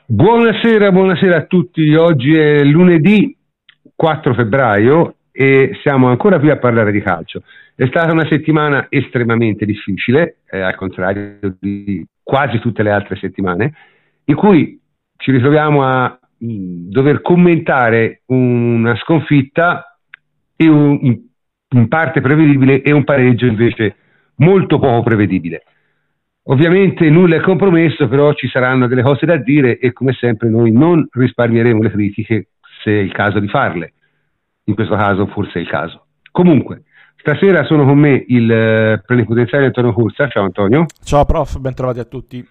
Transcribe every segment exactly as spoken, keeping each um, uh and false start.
Buonasera, buonasera a tutti. Oggi è lunedì quattro febbraio e siamo ancora qui a parlare di calcio. È stata una settimana estremamente difficile, eh, al contrario di quasi tutte le altre settimane, in cui ci ritroviamo a mh, dover commentare una sconfitta e un, in, in parte prevedibile e un pareggio invece molto poco prevedibile. Ovviamente nulla è compromesso, però ci saranno delle cose da dire e come sempre noi non risparmieremo le critiche se è il caso di farle. In questo caso forse è il caso. Comunque, stasera sono con me il eh, plenipotenziario Antonio Corsa. Ciao Antonio. Ciao prof, ben trovati a tutti.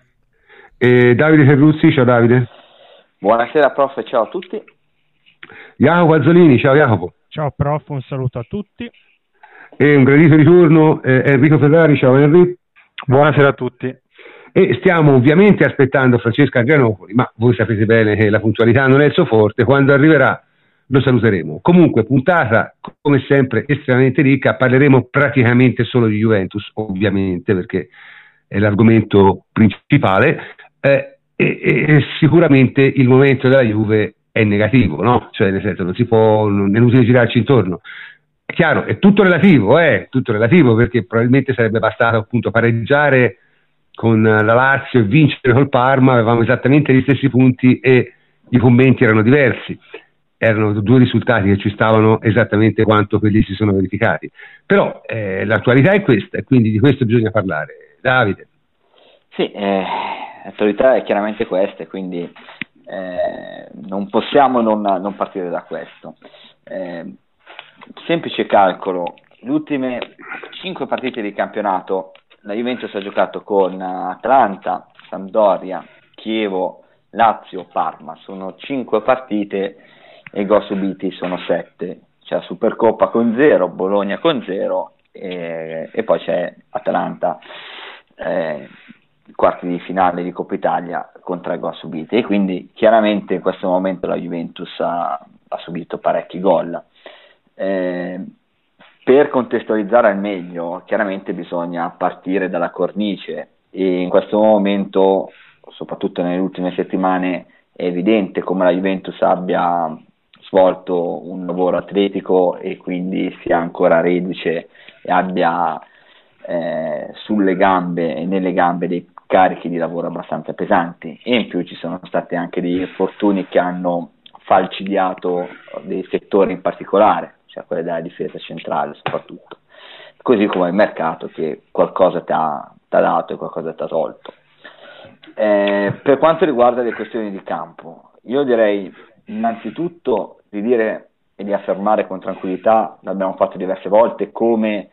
E Davide Terruzzi. Ciao Davide. Buonasera prof, ciao a tutti. Jacopo Azzolini. Ciao Jacopo. Ciao prof, un saluto a tutti. E un gradito ritorno eh, Enrico Ferrari. Ciao Enrico. Buonasera a tutti. E stiamo ovviamente aspettando Francesca Adrianopoli, ma voi sapete bene che la puntualità non è il suo forte. Quando arriverà lo saluteremo. Comunque, puntata come sempre estremamente ricca. Parleremo praticamente solo di Juventus, ovviamente, perché è l'argomento principale. Eh, e, e sicuramente il momento della Juve è negativo, no? Cioè, nel senso, non si può, non è inutile girarci intorno. È chiaro, è tutto relativo, eh, tutto relativo, perché probabilmente sarebbe bastato appunto pareggiare con la Lazio e vincere col Parma, avevamo esattamente gli stessi punti e i commenti erano diversi, erano due risultati che ci stavano esattamente quanto quelli si sono verificati, però eh, l'attualità è questa e quindi di questo bisogna parlare. Davide. Sì, eh, l'attualità è chiaramente questa, quindi eh, non possiamo non, non partire da questo. Eh, semplice calcolo, le ultime cinque partite di campionato la Juventus ha giocato con Atalanta, Sampdoria, Chievo, Lazio, Parma. Sono cinque partite e i gol subiti sono sette. C'è la Supercoppa con zero, Bologna con zero e, e poi c'è Atalanta, eh, quarti di finale di Coppa Italia con tre gol subiti. E quindi chiaramente in questo momento la Juventus ha, ha subito parecchi gol. Eh, Per contestualizzare al meglio, chiaramente bisogna partire dalla cornice e in questo momento, soprattutto nelle ultime settimane, è evidente come la Juventus abbia svolto un lavoro atletico e quindi sia ancora reduce e abbia eh, sulle gambe e nelle gambe dei carichi di lavoro abbastanza pesanti, e in più ci sono stati anche degli infortuni che hanno falcidiato dei settori in particolare, cioè quelle della difesa centrale soprattutto, così come il mercato che qualcosa ti ha dato e qualcosa ti ha tolto. Eh, per quanto riguarda le questioni di campo, io direi innanzitutto di dire e di affermare con tranquillità, l'abbiamo fatto diverse volte, come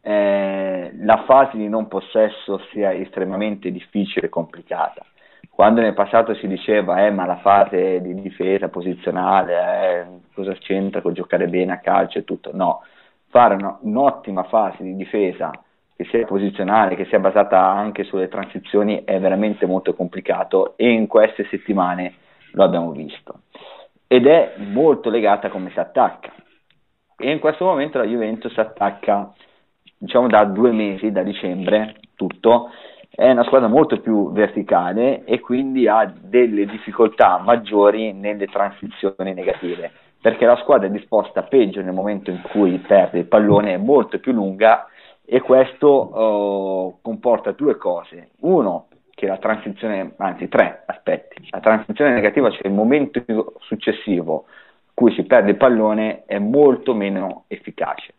eh, la fase di non possesso sia estremamente difficile e complicata. Quando nel passato si diceva eh, ma la fase di difesa posizionale eh, cosa c'entra con giocare bene a calcio e tutto, no, fare una, un'ottima fase di difesa che sia posizionale, che sia basata anche sulle transizioni è veramente molto complicato, e in queste settimane lo abbiamo visto ed è molto legata a come si attacca, e in questo momento la Juventus attacca, diciamo, da due mesi, da dicembre tutto, è una squadra molto più verticale e quindi ha delle difficoltà maggiori nelle transizioni negative, perché la squadra è disposta peggio nel momento in cui perde il pallone, è molto più lunga, e questo uh, comporta due cose. Uno, che la transizione, anzi tre aspetti, la transizione negativa, cioè il momento successivo in cui si perde il pallone, è molto meno efficace.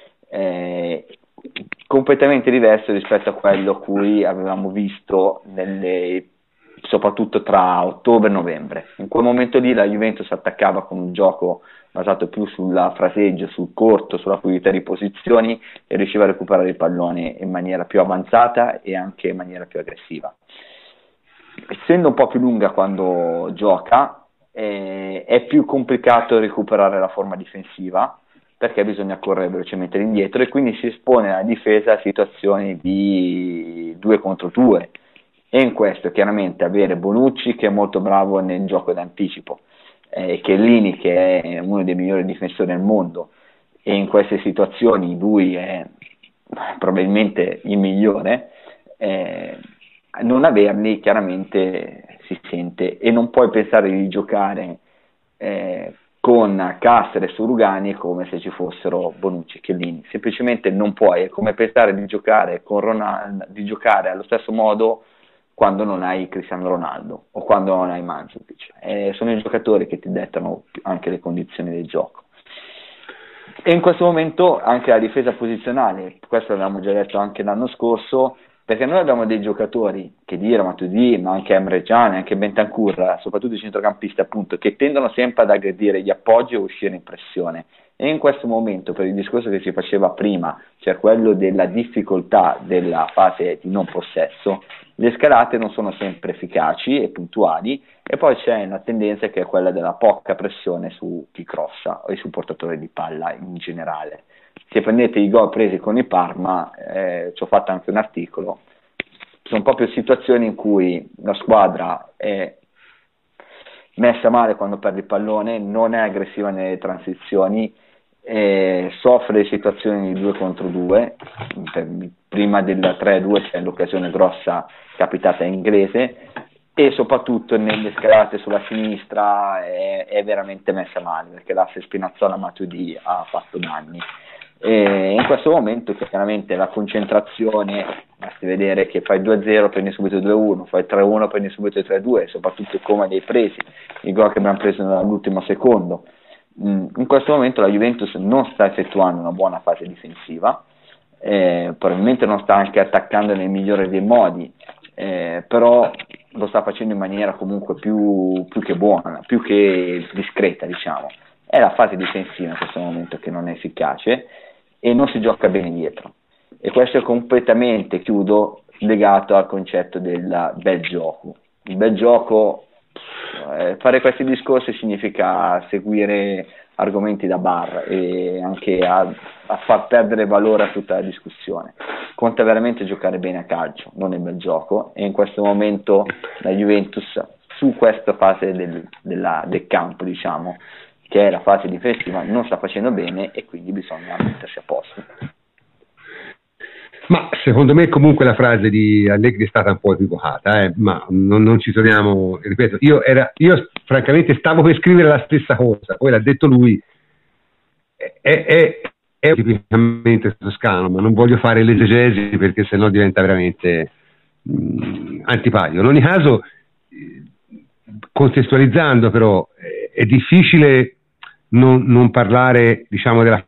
Eh, completamente diverso rispetto a quello a cui avevamo visto nelle, soprattutto tra ottobre e novembre. In quel momento lì la Juventus attaccava con un gioco basato più sulla fraseggio, sul corto, sulla fluidità di posizioni, e riusciva a recuperare il pallone in maniera più avanzata e anche in maniera più aggressiva. Essendo un po' più lunga quando gioca, eh, è più complicato recuperare la forma difensiva, perché bisogna correre velocemente indietro e quindi si espone la difesa a situazioni di due contro due, e in questo chiaramente avere Bonucci, che è molto bravo nel gioco d'anticipo, eh, Chiellini, che è uno dei migliori difensori del mondo, e in queste situazioni lui è probabilmente il migliore, eh, non averli chiaramente si sente, e non puoi pensare di giocare eh, con Cassere e Surugani come se ci fossero Bonucci e Chiellini, semplicemente non puoi. È come pensare di giocare con Ronaldo, di giocare allo stesso modo quando non hai Cristiano Ronaldo o quando non hai Mandzukic. Eh, sono i giocatori che ti dettano anche le condizioni del gioco. E in questo momento anche la difesa posizionale, questo l'abbiamo già detto anche l'anno scorso, perché noi abbiamo dei giocatori, che dire Matuidi, ma anche Emre Can, anche Bentancur, soprattutto i centrocampisti appunto, che tendono sempre ad aggredire gli appoggi o uscire in pressione. E in questo momento, per il discorso che si faceva prima, cioè quello della difficoltà della fase di non possesso, le scalate non sono sempre efficaci e puntuali, e poi c'è una tendenza che è quella della poca pressione su chi crossa e sul portatore di palla in generale. Se prendete i gol presi con il Parma, eh, ci ho fatto anche un articolo, sono proprio situazioni in cui la squadra è messa male quando perde il pallone, non è aggressiva nelle transizioni, eh, soffre di situazioni di due contro due, prima del tre a due c'è l'occasione grossa capitata in Inglese, e soprattutto nelle scalate sulla sinistra è, è veramente messa male, perché l'asse Spinazzola-Matuidi ha fatto danni. E in questo momento chiaramente la concentrazione, basti vedere che fai due a zero, prendi subito due a uno, fai tre a uno, prendi subito tre a due, e soprattutto come li hai presi, i gol che abbiamo preso nell'ultimo secondo. In questo momento la Juventus non sta effettuando una buona fase difensiva, eh, probabilmente non sta anche attaccando nel migliore dei modi, eh, però lo sta facendo in maniera comunque più, più che buona, più che discreta, diciamo. È la fase difensiva in questo momento che non è efficace e non si gioca bene dietro, e questo è completamente, chiudo, legato al concetto del bel gioco. Il bel gioco, eh, fare questi discorsi significa seguire argomenti da bar e anche a, a far perdere valore a tutta la discussione. Conta veramente giocare bene a calcio, non il bel gioco, e in questo momento la Juventus su questa fase del, della, del campo, diciamo, che è la fase difensiva, non sta facendo bene, e quindi bisogna mettersi a posto. Ma secondo me comunque la frase di Allegri è stata un po' equivocata, eh? Ma non, non ci torniamo, ripeto, io, era, io francamente stavo per scrivere la stessa cosa, poi l'ha detto lui, è, è, è tipicamente toscano, ma non voglio fare l'esegesi perché sennò diventa veramente mh, antipatico. In ogni caso, contestualizzando però, è difficile non, non parlare, diciamo, della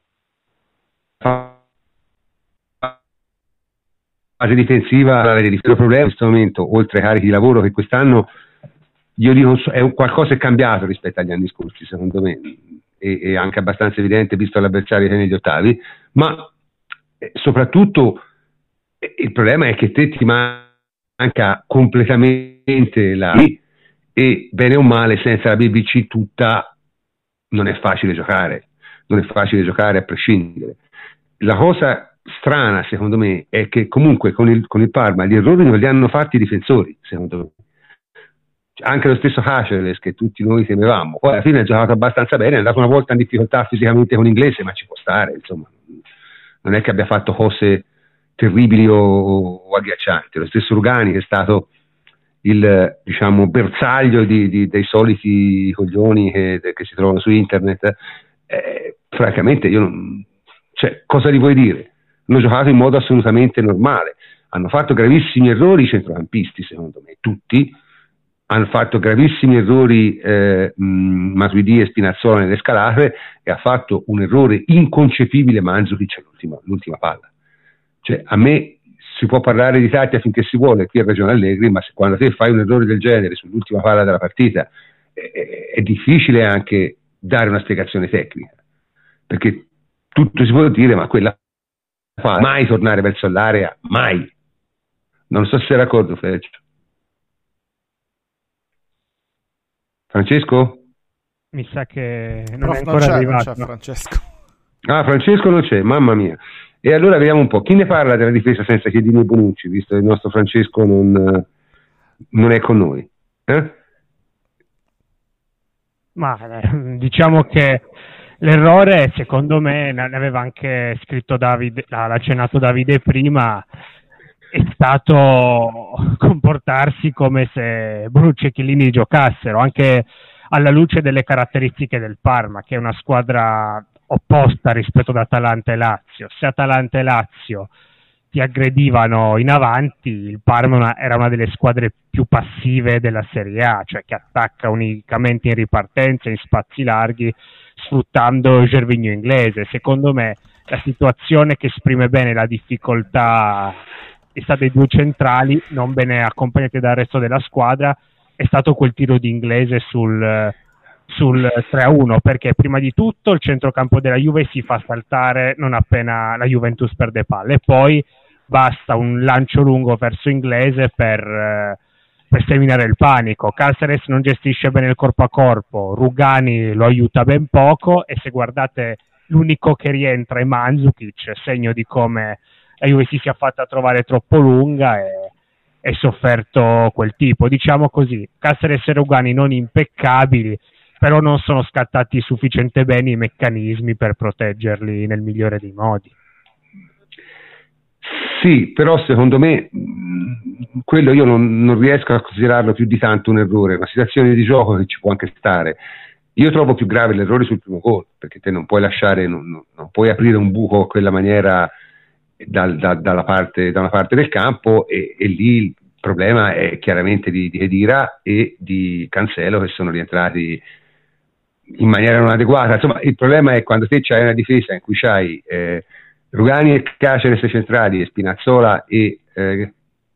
fase difensiva. Il problema in questo momento, oltre ai carichi di lavoro che quest'anno, io dico, è un qualcosa è cambiato rispetto agli anni scorsi, secondo me, e, e anche abbastanza evidente visto l'avversario che è negli ottavi, ma eh, soprattutto eh, il problema è che te ti manca completamente la B, e bene o male senza la B B C tutta non è facile giocare, non è facile giocare a prescindere. La cosa strana secondo me è che comunque con il, con il Parma gli errori non li hanno fatti i difensori, secondo me. Anche lo stesso Caceres che tutti noi temevamo, poi alla fine ha giocato abbastanza bene, è andato una volta in difficoltà fisicamente con Inglese, ma ci può stare, insomma, non è che abbia fatto cose terribili o, o agghiaccianti. Lo stesso Rugani, che è stato il, diciamo, bersaglio di, di, dei soliti coglioni che, che si trovano su internet, eh, francamente io non, cioè, cosa gli vuoi dire? Hanno giocato in modo assolutamente normale, hanno fatto gravissimi errori i centrocampisti, secondo me, tutti hanno fatto gravissimi errori, eh, Matuidi e Spinazzola nelle scalate, e ha fatto un errore inconcepibile Mandzukic all'ultima, l'ultima palla. Cioè, a me si può parlare di tattica finché si vuole, qui ha ragione Allegri, ma se quando te fai un errore del genere sull'ultima palla della partita è, è difficile anche dare una spiegazione tecnica, perché tutto si può dire, ma quella fa mai tornare verso l'area, mai. Non so se sei d'accordo, Fleccio. Francesco? Mi sa che non Prof, è ancora non c'è, arrivato. non c'è Francesco. Ah, Francesco non c'è, mamma mia. E allora vediamo un po', chi ne parla della difesa senza Chiellini e Bonucci, visto che il nostro Francesco non, non è con noi? Eh? Ma eh, diciamo che l'errore, secondo me, ne aveva anche scritto Davide, l'ha accennato Davide prima, è stato comportarsi come se Bonucci e Chiellini giocassero, anche alla luce delle caratteristiche del Parma, che è una squadra opposta rispetto ad Atalanta e Lazio. Se Atalanta e Lazio ti aggredivano in avanti, il Parma una, era una delle squadre più passive della Serie A, cioè che attacca unicamente in ripartenza, in spazi larghi, sfruttando il Gervinho inglese. Secondo me la situazione che esprime bene la difficoltà è stata dei due centrali, non bene accompagnati dal resto della squadra, è stato quel tiro di Inglese sul, sul tre a uno, perché prima di tutto il centrocampo della Juve si fa saltare non appena la Juventus perde palle, e poi basta un lancio lungo verso Inglese per, per seminare il panico. Cáceres non gestisce bene il corpo a corpo, Rugani lo aiuta ben poco, e se guardate l'unico che rientra è Mandzukic, segno di come la Juve si sia fatta trovare troppo lunga e è sofferto quel tipo. Diciamo così, Cáceres e Rugani non impeccabili, però non sono scattati sufficientemente bene i meccanismi per proteggerli nel migliore dei modi. Sì, però secondo me mh, quello io non, non riesco a considerarlo più di tanto un errore, una situazione di gioco che ci può anche stare. Io trovo più grave l'errore sul primo gol, perché te non puoi lasciare, non, non, non puoi aprire un buco a quella maniera dal, da, dalla parte, da una parte del campo, e, e lì il problema è chiaramente di, di Khedira e di Cancelo, che sono rientrati in maniera non adeguata. Insomma, il problema è quando te c'hai una difesa in cui c'hai eh, Rugani e Cáceres centrali, e Spinazzola e eh,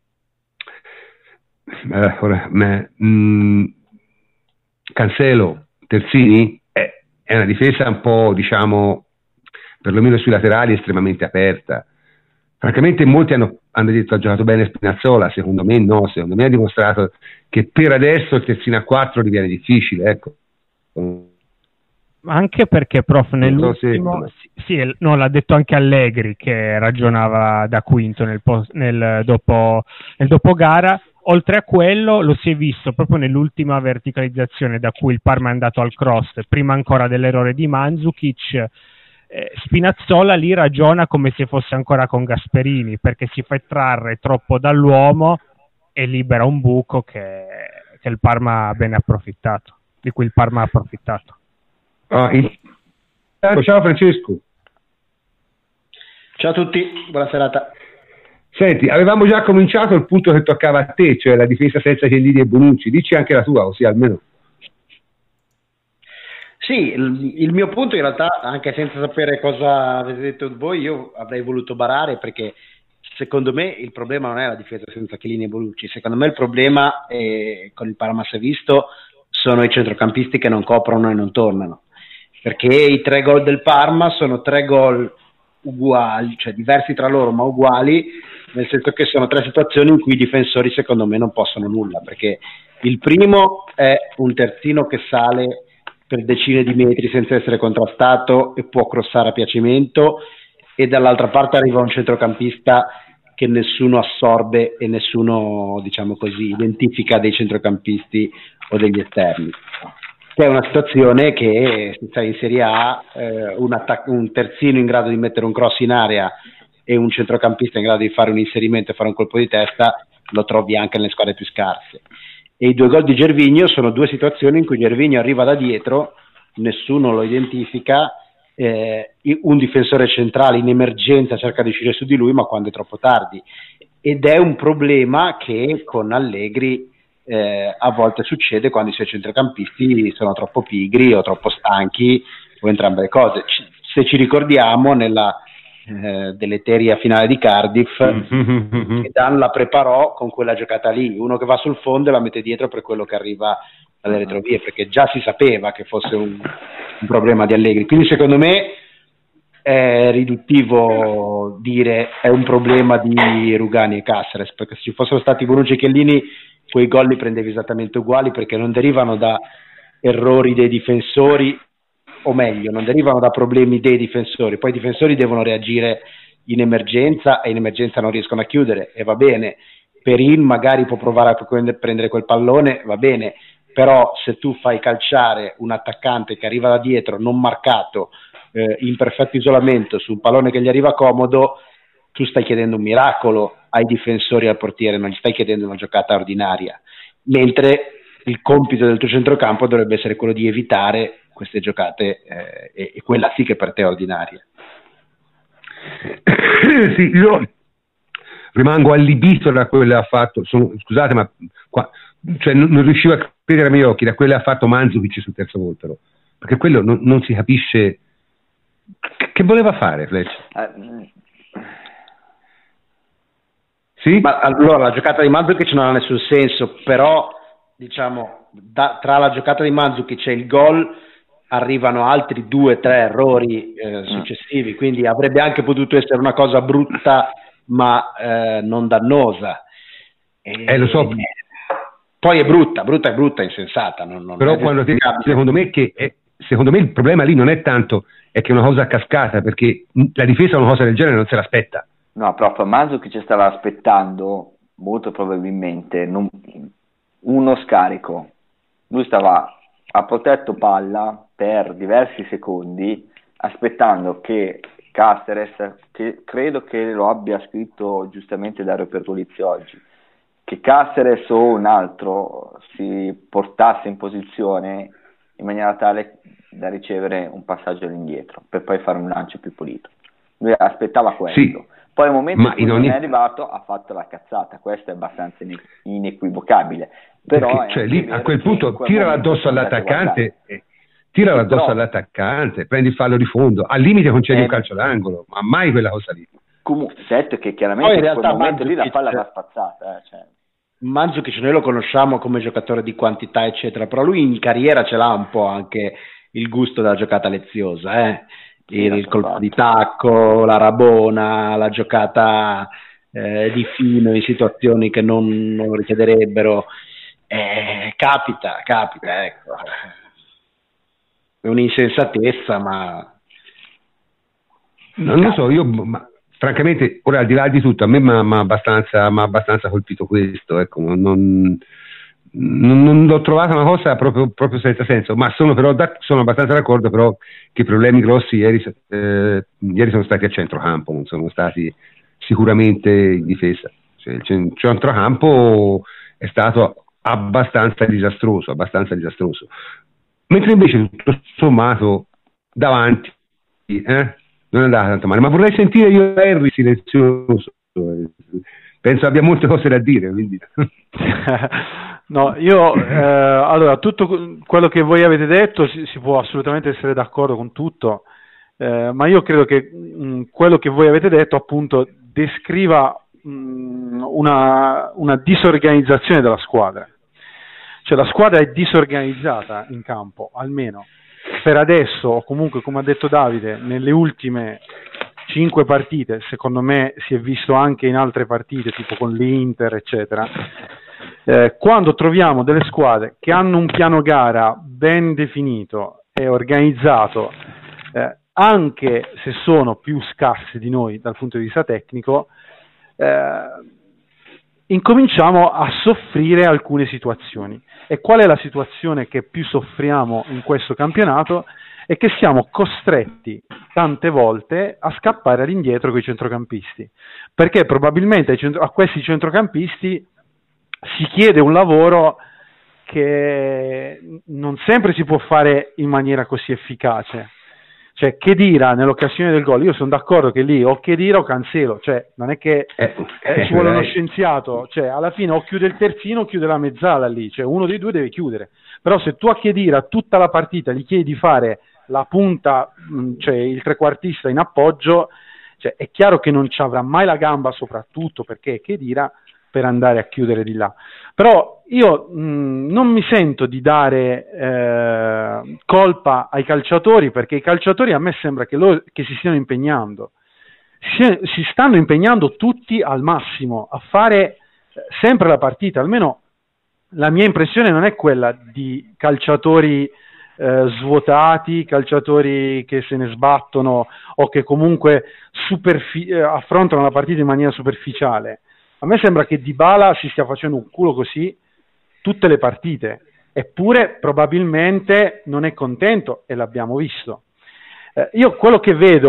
eh, ora, me, mh, Cancelo, terzini, è, è una difesa un po', diciamo, perlomeno sui laterali, estremamente aperta. Francamente molti hanno, hanno detto ha giocato bene Spinazzola, secondo me no, secondo me ha dimostrato che per adesso il terzino a quattro diviene difficile, ecco. Anche perché, prof, nell'ultimo, se... sì, sì, no, l'ha detto anche Allegri, che ragionava da quinto nel, post, nel, dopo, nel dopogara. Oltre a quello lo si è visto proprio nell'ultima verticalizzazione da cui il Parma è andato al cross, prima ancora dell'errore di Mandzukic. eh, Spinazzola lì ragiona come se fosse ancora con Gasperini, perché si fa trarre troppo dall'uomo e libera un buco che, che il Parma ha ben approfittato, di cui il Parma ha approfittato. Ah, in... Ciao Francesco. Ciao a tutti, buona serata. Senti, avevamo già cominciato il punto che toccava a te, cioè la difesa senza Chiellini e Bonucci. Dici anche la tua, così almeno. Sì, il, il mio punto in realtà, anche senza sapere cosa avete detto voi, io avrei voluto barare, perché secondo me il problema non è la difesa senza Chiellini e Bonucci. Secondo me il problema, è, con il Parma si è visto, sono i centrocampisti che non coprono e non tornano, perché i tre gol del Parma sono tre gol uguali, cioè diversi tra loro ma uguali, nel senso che sono tre situazioni in cui i difensori secondo me non possono nulla, perché il primo è un terzino che sale per decine di metri senza essere contrastato e può crossare a piacimento, e dall'altra parte arriva un centrocampista che nessuno assorbe e nessuno, diciamo così, identifica dei centrocampisti o degli esterni, che è una situazione che, se sei in Serie A, eh, un, attac- un terzino in grado di mettere un cross in area e un centrocampista in grado di fare un inserimento e fare un colpo di testa lo trovi anche nelle squadre più scarse. E i due gol di Gervinho sono due situazioni in cui Gervinho arriva da dietro, nessuno lo identifica, eh, un difensore centrale in emergenza cerca di uscire su di lui, ma quando è troppo tardi, ed è un problema che con Allegri eh, a volte succede quando i suoi centrocampisti sono troppo pigri o troppo stanchi o entrambe le cose. C- se ci ricordiamo nella eh, deleteria finale di Cardiff, mm-hmm. Dan la preparò con quella giocata lì, uno che va sul fondo e la mette dietro per quello che arriva dalle retrovie, perché già si sapeva che fosse un, un problema di Allegri. Quindi secondo me è riduttivo dire è un problema di Rugani e Cáceres, perché se ci fossero stati Bonucci e Chiellini quei gol li prendevi esattamente uguali, perché non derivano da errori dei difensori, o meglio, non derivano da problemi dei difensori. Poi i difensori devono reagire in emergenza e in emergenza non riescono a chiudere, e va bene. Perin magari può provare a prendere quel pallone, va bene, però se tu fai calciare un attaccante che arriva da dietro non marcato, eh, in perfetto isolamento, su un pallone che gli arriva comodo, tu stai chiedendo un miracolo ai difensori e al portiere, non gli stai chiedendo una giocata ordinaria, mentre il compito del tuo centrocampo dovrebbe essere quello di evitare queste giocate, eh, e, e quella sì che per te è ordinaria. Sì, io rimango allibito da quello che ha fatto, sono, scusate, ma qua, cioè, non, non riuscivo a credere ai miei occhi da quello che ha fatto Mandzukic sul terzo gol, però, perché quello non, non si capisce che voleva fare Fletch. Eh, sì? Ma allora la giocata di Mandzukic non ha nessun senso, però diciamo da, tra la giocata di Mandzukic e il gol arrivano altri due tre errori eh, successivi, quindi avrebbe anche potuto essere una cosa brutta ma eh, non dannosa. E, eh lo so. Poi è brutta, brutta è brutta, insensata. Non, non però quando ti, secondo me che è, secondo me il problema lì non è tanto è che è una cosa a cascata, perché la difesa una cosa del genere non se l'aspetta. No, proprio Mandzukic ci stava aspettando molto probabilmente non, uno scarico. Lui stava a protetto palla per diversi secondi aspettando che Cáceres, che credo che lo abbia scritto giustamente Dario Pertolizzi oggi, che Cáceres o un altro si portasse in posizione in maniera tale da ricevere un passaggio all'indietro per poi fare un lancio più pulito. Lui aspettava questo. Sì, poi al momento in cui ogni... non è arrivato ha fatto la cazzata, questo è abbastanza inequivocabile. Però perché, cioè, lì, a quel punto quel tira addosso all'attaccante, eh, tira addosso però, all'attaccante, prendi il fallo di fondo, al limite concedi eh, un calcio d'angolo, ma mai quella cosa lì. Comunque, detto che chiaramente in quel momento lì la palla va spazzata. Eh, cioè. Mandzukic noi lo conosciamo come giocatore di quantità eccetera, però lui in carriera ce l'ha un po' anche il gusto della giocata leziosa, eh? il, il colpo di tacco, la rabona, la giocata eh, di fino in situazioni che non, non richiederebbero. Eh, capita, capita, ecco. È un'insensatezza, ma non lo so, io ma, francamente, ora al di là di tutto, a me mi ha abbastanza, abbastanza colpito questo, ecco, non, non, non l'ho trovata una cosa proprio, proprio senza senso, ma sono però da, sono abbastanza d'accordo però che i problemi grossi ieri, eh, ieri sono stati a centrocampo, non sono stati sicuramente in difesa, cioè, il centrocampo è stato abbastanza disastroso, abbastanza disastroso. Mentre invece tutto sommato davanti eh, non è andata tanto male, ma vorrei sentire io Harry silenzioso, penso abbia molte cose da dire, quindi. No, io eh, allora tutto quello che voi avete detto si, si può assolutamente essere d'accordo con tutto, eh, ma io credo che mh, quello che voi avete detto appunto descriva mh, una, una disorganizzazione della squadra. Cioè la squadra è disorganizzata in campo, almeno per adesso, o comunque come ha detto Davide, nelle ultime cinque partite, secondo me si è visto anche in altre partite, tipo con l'Inter, eccetera, eh, quando troviamo delle squadre che hanno un piano gara ben definito e organizzato, eh, anche se sono più scarse di noi dal punto di vista tecnico, eh, incominciamo a soffrire alcune situazioni. E qual è la situazione che più soffriamo in questo campionato? È che siamo costretti tante volte a scappare all'indietro con i centrocampisti, perché probabilmente a questi centrocampisti si chiede un lavoro che non sempre si può fare in maniera così efficace. Cioè Khedira nell'occasione del gol, io sono d'accordo che lì o Khedira o Cancelo, cioè non è che eh, eh, ci vuole uno scienziato, cioè alla fine o chiude il terzino o chiude la mezzala lì, cioè uno dei due deve chiudere. Però se tu a Khedira tutta la partita gli chiedi di fare la punta, cioè il trequartista in appoggio, cioè è chiaro che non ci avrà mai la gamba, soprattutto perché è Khedira, per andare a chiudere di là. Però io mh, non mi sento di dare eh, colpa ai calciatori, perché i calciatori a me sembra che, loro, che si stiano impegnando, si, si stanno impegnando tutti al massimo a fare sempre la partita. Almeno la mia impressione non è quella di calciatori eh, svuotati, calciatori che se ne sbattono o che comunque superfi- eh, affrontano la partita in maniera superficiale. A me sembra che Dybala si stia facendo un culo così tutte le partite, eppure probabilmente non è contento, e l'abbiamo visto. Eh, io quello che vedo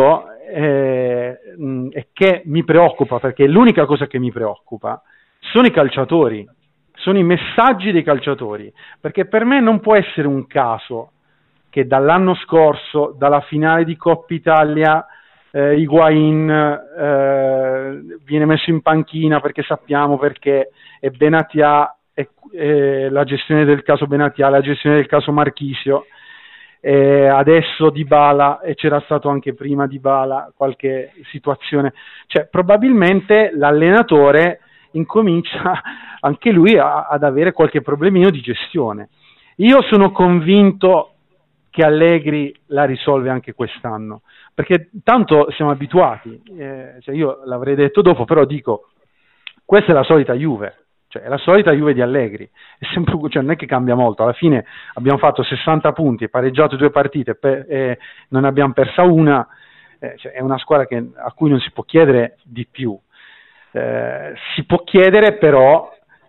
eh, mh, e che mi preoccupa, perché è l'unica cosa che mi preoccupa, sono i calciatori, sono i messaggi dei calciatori, perché per me non può essere un caso che dall'anno scorso, dalla finale di Coppa Italia, eh, Higuain eh, viene messo in panchina perché sappiamo perché, e Benatia, e, e la gestione del caso Benatia, la gestione del caso Marchisio, e adesso Dybala, e c'era stato anche prima Dybala qualche situazione, cioè probabilmente l'allenatore incomincia anche lui a, ad avere qualche problemino di gestione. Io sono convinto che Allegri la risolve anche quest'anno, perché tanto siamo abituati, eh, cioè io l'avrei detto dopo, però dico, questa è la solita Juve, cioè è la solita Juve di Allegri, è sempre, cioè non è che cambia molto, alla fine abbiamo fatto sessanta punti, pareggiato due partite e eh, non abbiamo persa una, eh, cioè è una squadra che, a cui non si può chiedere di più. Eh, si può chiedere però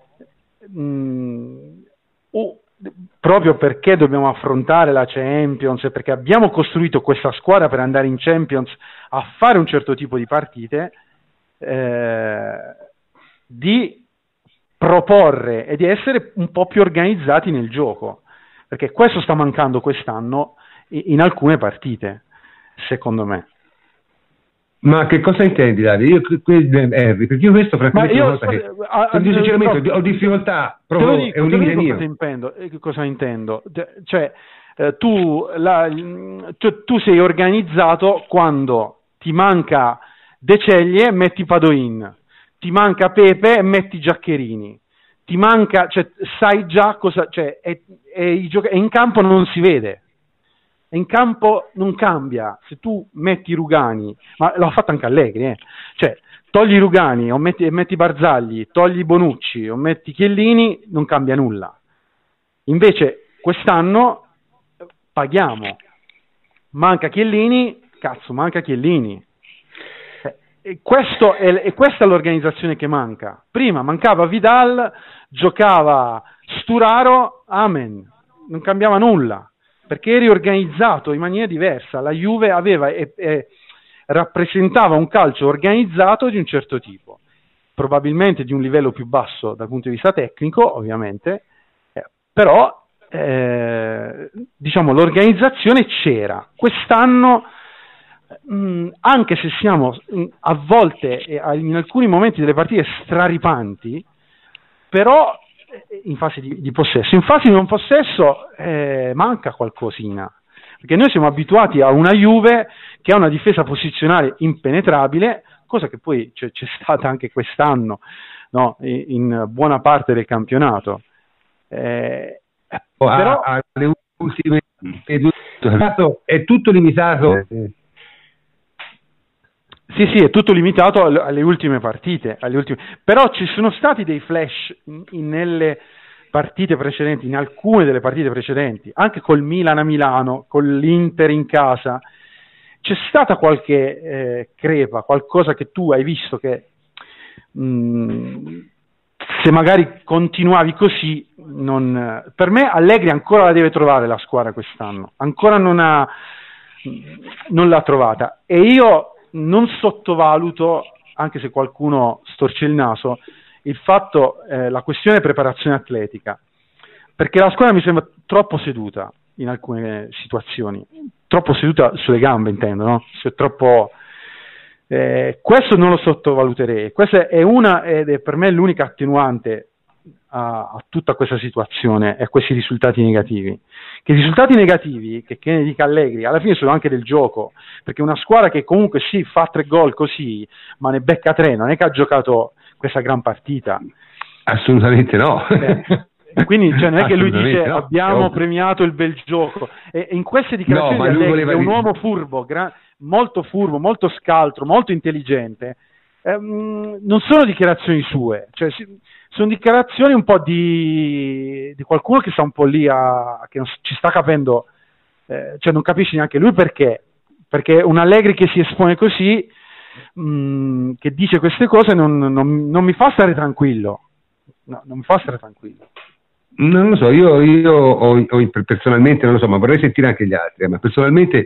mh, uh, proprio perché dobbiamo affrontare la Champions e perché abbiamo costruito questa squadra per andare in Champions a fare un certo tipo di partite, eh, di proporre e di essere un po' più organizzati nel gioco, perché questo sta mancando quest'anno in alcune partite, secondo me. Ma che cosa intendi, Davide? Io, Harry, perché io questo francamente io, è una cosa che a, a, sinceramente no, ho difficoltà proprio, dico, è un limite mio. Cosa intendo? Cosa intendo? Cioè, eh, tu, la, tu, tu sei organizzato quando ti manca De Ceglie, metti Padoin, ti manca Pepe, metti Giaccherini, ti manca, cioè sai già cosa, cioè è, è, è in campo non si vede. In campo non cambia, se tu metti Rugani, ma l'ha fatto anche Allegri, eh? Cioè togli Rugani o metti, metti Barzagli, togli Bonucci o metti Chiellini, non cambia nulla. Invece quest'anno paghiamo, manca Chiellini, cazzo manca Chiellini. E, questo è, e questa è l'organizzazione che manca. Prima mancava Vidal, giocava Sturaro, amen, non cambiava nulla. Perché eri organizzato in maniera diversa, la Juve aveva e, e rappresentava un calcio organizzato di un certo tipo, probabilmente di un livello più basso dal punto di vista tecnico, ovviamente, eh, però eh, diciamo l'organizzazione c'era. Quest'anno, mh, anche se siamo mh, a volte e in alcuni momenti delle partite straripanti, però in fase di, di possesso, in fase di non possesso eh, manca qualcosina, perché noi siamo abituati a una Juve che ha una difesa posizionale impenetrabile, cosa che poi c'è, c'è stata anche quest'anno, no? in, in buona parte del campionato, eh, oh, però alle ultime è tutto limitato. Eh. Sì, sì, è tutto limitato alle ultime partite, alle ultime. Però ci sono stati dei flash in, in, nelle partite precedenti, in alcune delle partite precedenti, anche col Milan a Milano, con l'Inter in casa, c'è stata qualche eh, crepa, qualcosa che tu hai visto che mh, se magari continuavi così, non, per me Allegri ancora la deve trovare la squadra quest'anno, ancora non, ha, non l'ha trovata, e io non sottovaluto, anche se qualcuno storce il naso, il fatto, eh, la questione preparazione atletica, perché la squadra mi sembra troppo seduta in alcune situazioni, troppo seduta sulle gambe, intendo, no? Cioè, troppo, eh, questo non lo sottovaluterei, questa è una, ed è per me l'unica attenuante a, a tutta questa situazione e a questi risultati negativi. Che i risultati negativi, che, che ne dica Allegri, alla fine sono anche del gioco, perché una squadra che comunque sì fa tre gol così, ma ne becca tre, non è che ha giocato questa gran partita. Assolutamente no. Eh, quindi cioè, non è che lui dice no, abbiamo premiato il bel gioco, e, e in queste dichiarazioni no, di Allegri, voleva... è un uomo furbo, gra- molto furbo, molto scaltro, molto intelligente, ehm, non sono dichiarazioni sue, cioè si, sono dichiarazioni un po' di, di qualcuno che sta un po' lì a, che non ci sta capendo, eh, cioè non capisce neanche lui perché, perché un Allegri che si espone così, mh, che dice queste cose non, non, non mi fa stare tranquillo, no, non mi fa stare tranquillo. Non lo so, io, io ho, ho, personalmente non lo so, ma vorrei sentire anche gli altri, ma personalmente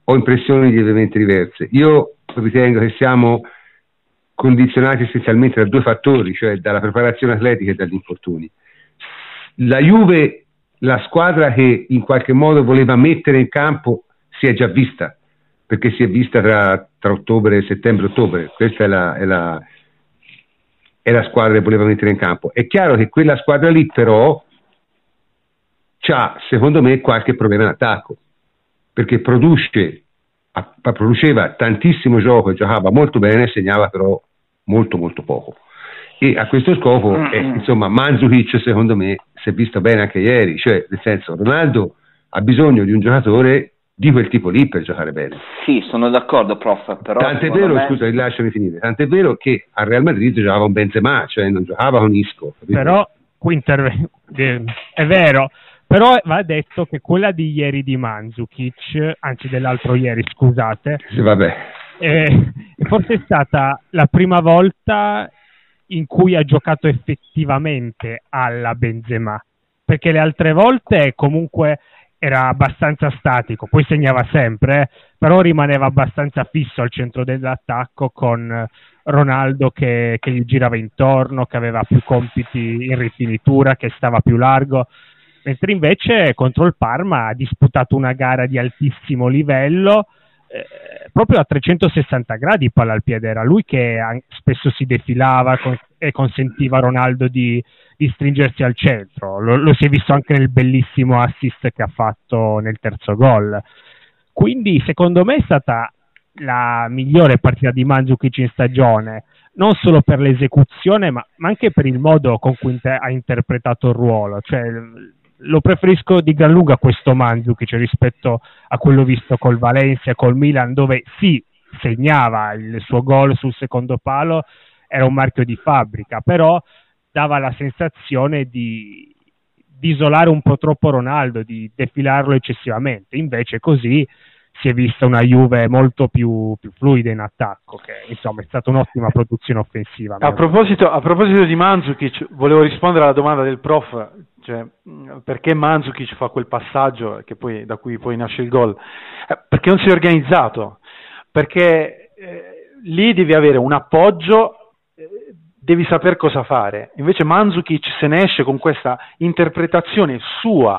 ho impressioni lievemente diverse. Io ritengo che siamo condizionati essenzialmente da due fattori, cioè dalla preparazione atletica e dagli infortuni. La Juve, la squadra che in qualche modo voleva mettere in campo, si è già vista, perché si è vista tra, tra ottobre, settembre, ottobre. Questa è la, è, la, è la squadra che voleva mettere in campo. È chiaro che quella squadra lì però c'ha, secondo me, qualche problema in attacco, perché produce, produceva tantissimo gioco e giocava molto bene, segnava però molto molto poco. E a questo scopo, eh, insomma, Mandzukic secondo me si è visto bene anche ieri, cioè nel senso, Ronaldo ha bisogno di un giocatore di quel tipo lì per giocare bene. Sì, sono d'accordo, prof, però tant'è vero, me... scusa, lasciami finire, tant'è vero che al Real Madrid giocava un Benzema, cioè non giocava con Isco, capito? Però qui interve- è vero, però va detto che quella di ieri di Mandzukic, anzi dell'altro ieri, scusate, sì, vabbè. Eh, forse è stata la prima volta in cui ha giocato effettivamente alla Benzema, perché le altre volte comunque era abbastanza statico, poi segnava sempre, eh, però rimaneva abbastanza fisso al centro dell'attacco con Ronaldo che, che gli girava intorno, che aveva più compiti in rifinitura, che stava più largo, mentre invece contro il Parma ha disputato una gara di altissimo livello, eh, proprio a trecentosessanta gradi palla al piede, era lui che spesso si defilava con, e consentiva a Ronaldo di, di stringersi al centro, lo, lo si è visto anche nel bellissimo assist che ha fatto nel terzo gol. Quindi secondo me è stata la migliore partita di Mandzukic in stagione, non solo per l'esecuzione ma, ma anche per il modo con cui inter- ha interpretato il ruolo, cioè lo preferisco di gran lunga questo Mandzukic rispetto a quello visto col Valencia e col Milan, dove sì, segnava il suo gol sul secondo palo, era un marchio di fabbrica, però dava la sensazione di, di isolare un po' troppo Ronaldo, di defilarlo eccessivamente. Invece così si è vista una Juve molto più, più fluida in attacco, che insomma è stata un'ottima produzione offensiva. A proposito, a proposito di Mandzukic, volevo rispondere alla domanda del prof, cioè perché Mandzukic fa quel passaggio che poi, da cui poi nasce il gol, eh, perché non si è organizzato, perché eh, lì devi avere un appoggio, eh, devi sapere cosa fare. Invece Mandzukic se ne esce con questa interpretazione sua,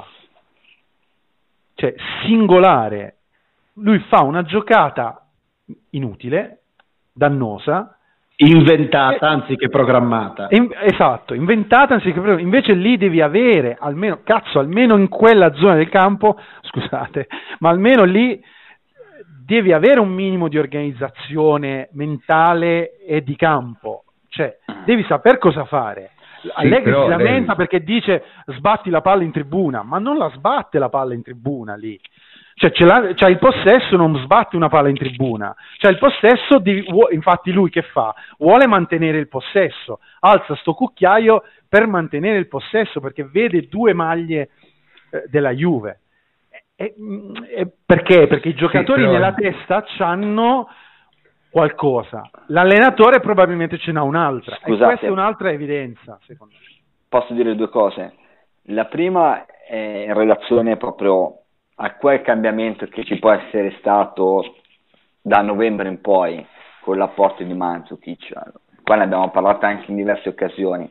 cioè singolare. Lui fa una giocata inutile, dannosa, inventata anziché programmata. In, esatto, inventata anziché programmata. Invece lì devi avere almeno, cazzo, almeno in quella zona del campo, scusate, ma almeno lì devi avere un minimo di organizzazione mentale e di campo. Cioè, devi sapere cosa fare. Allegri sì, si lamenta lei... perché dice sbatti la palla in tribuna, ma non la sbatte la palla in tribuna lì. Cioè c'è, c'è il possesso, non sbatte una palla in tribuna, c'è il possesso, di, infatti lui che fa? Vuole mantenere il possesso, alza sto cucchiaio per mantenere il possesso, perché vede due maglie eh, della Juve. E, e perché? Perché i giocatori sì, però... nella testa c'hanno qualcosa, l'allenatore probabilmente ce n'ha un'altra. Scusate, e questa è un'altra evidenza, secondo me. Posso dire due cose? La prima è in relazione proprio a quel cambiamento che ci può essere stato da novembre in poi con l'apporto di Mandzukic. Qua ne abbiamo parlato anche in diverse occasioni.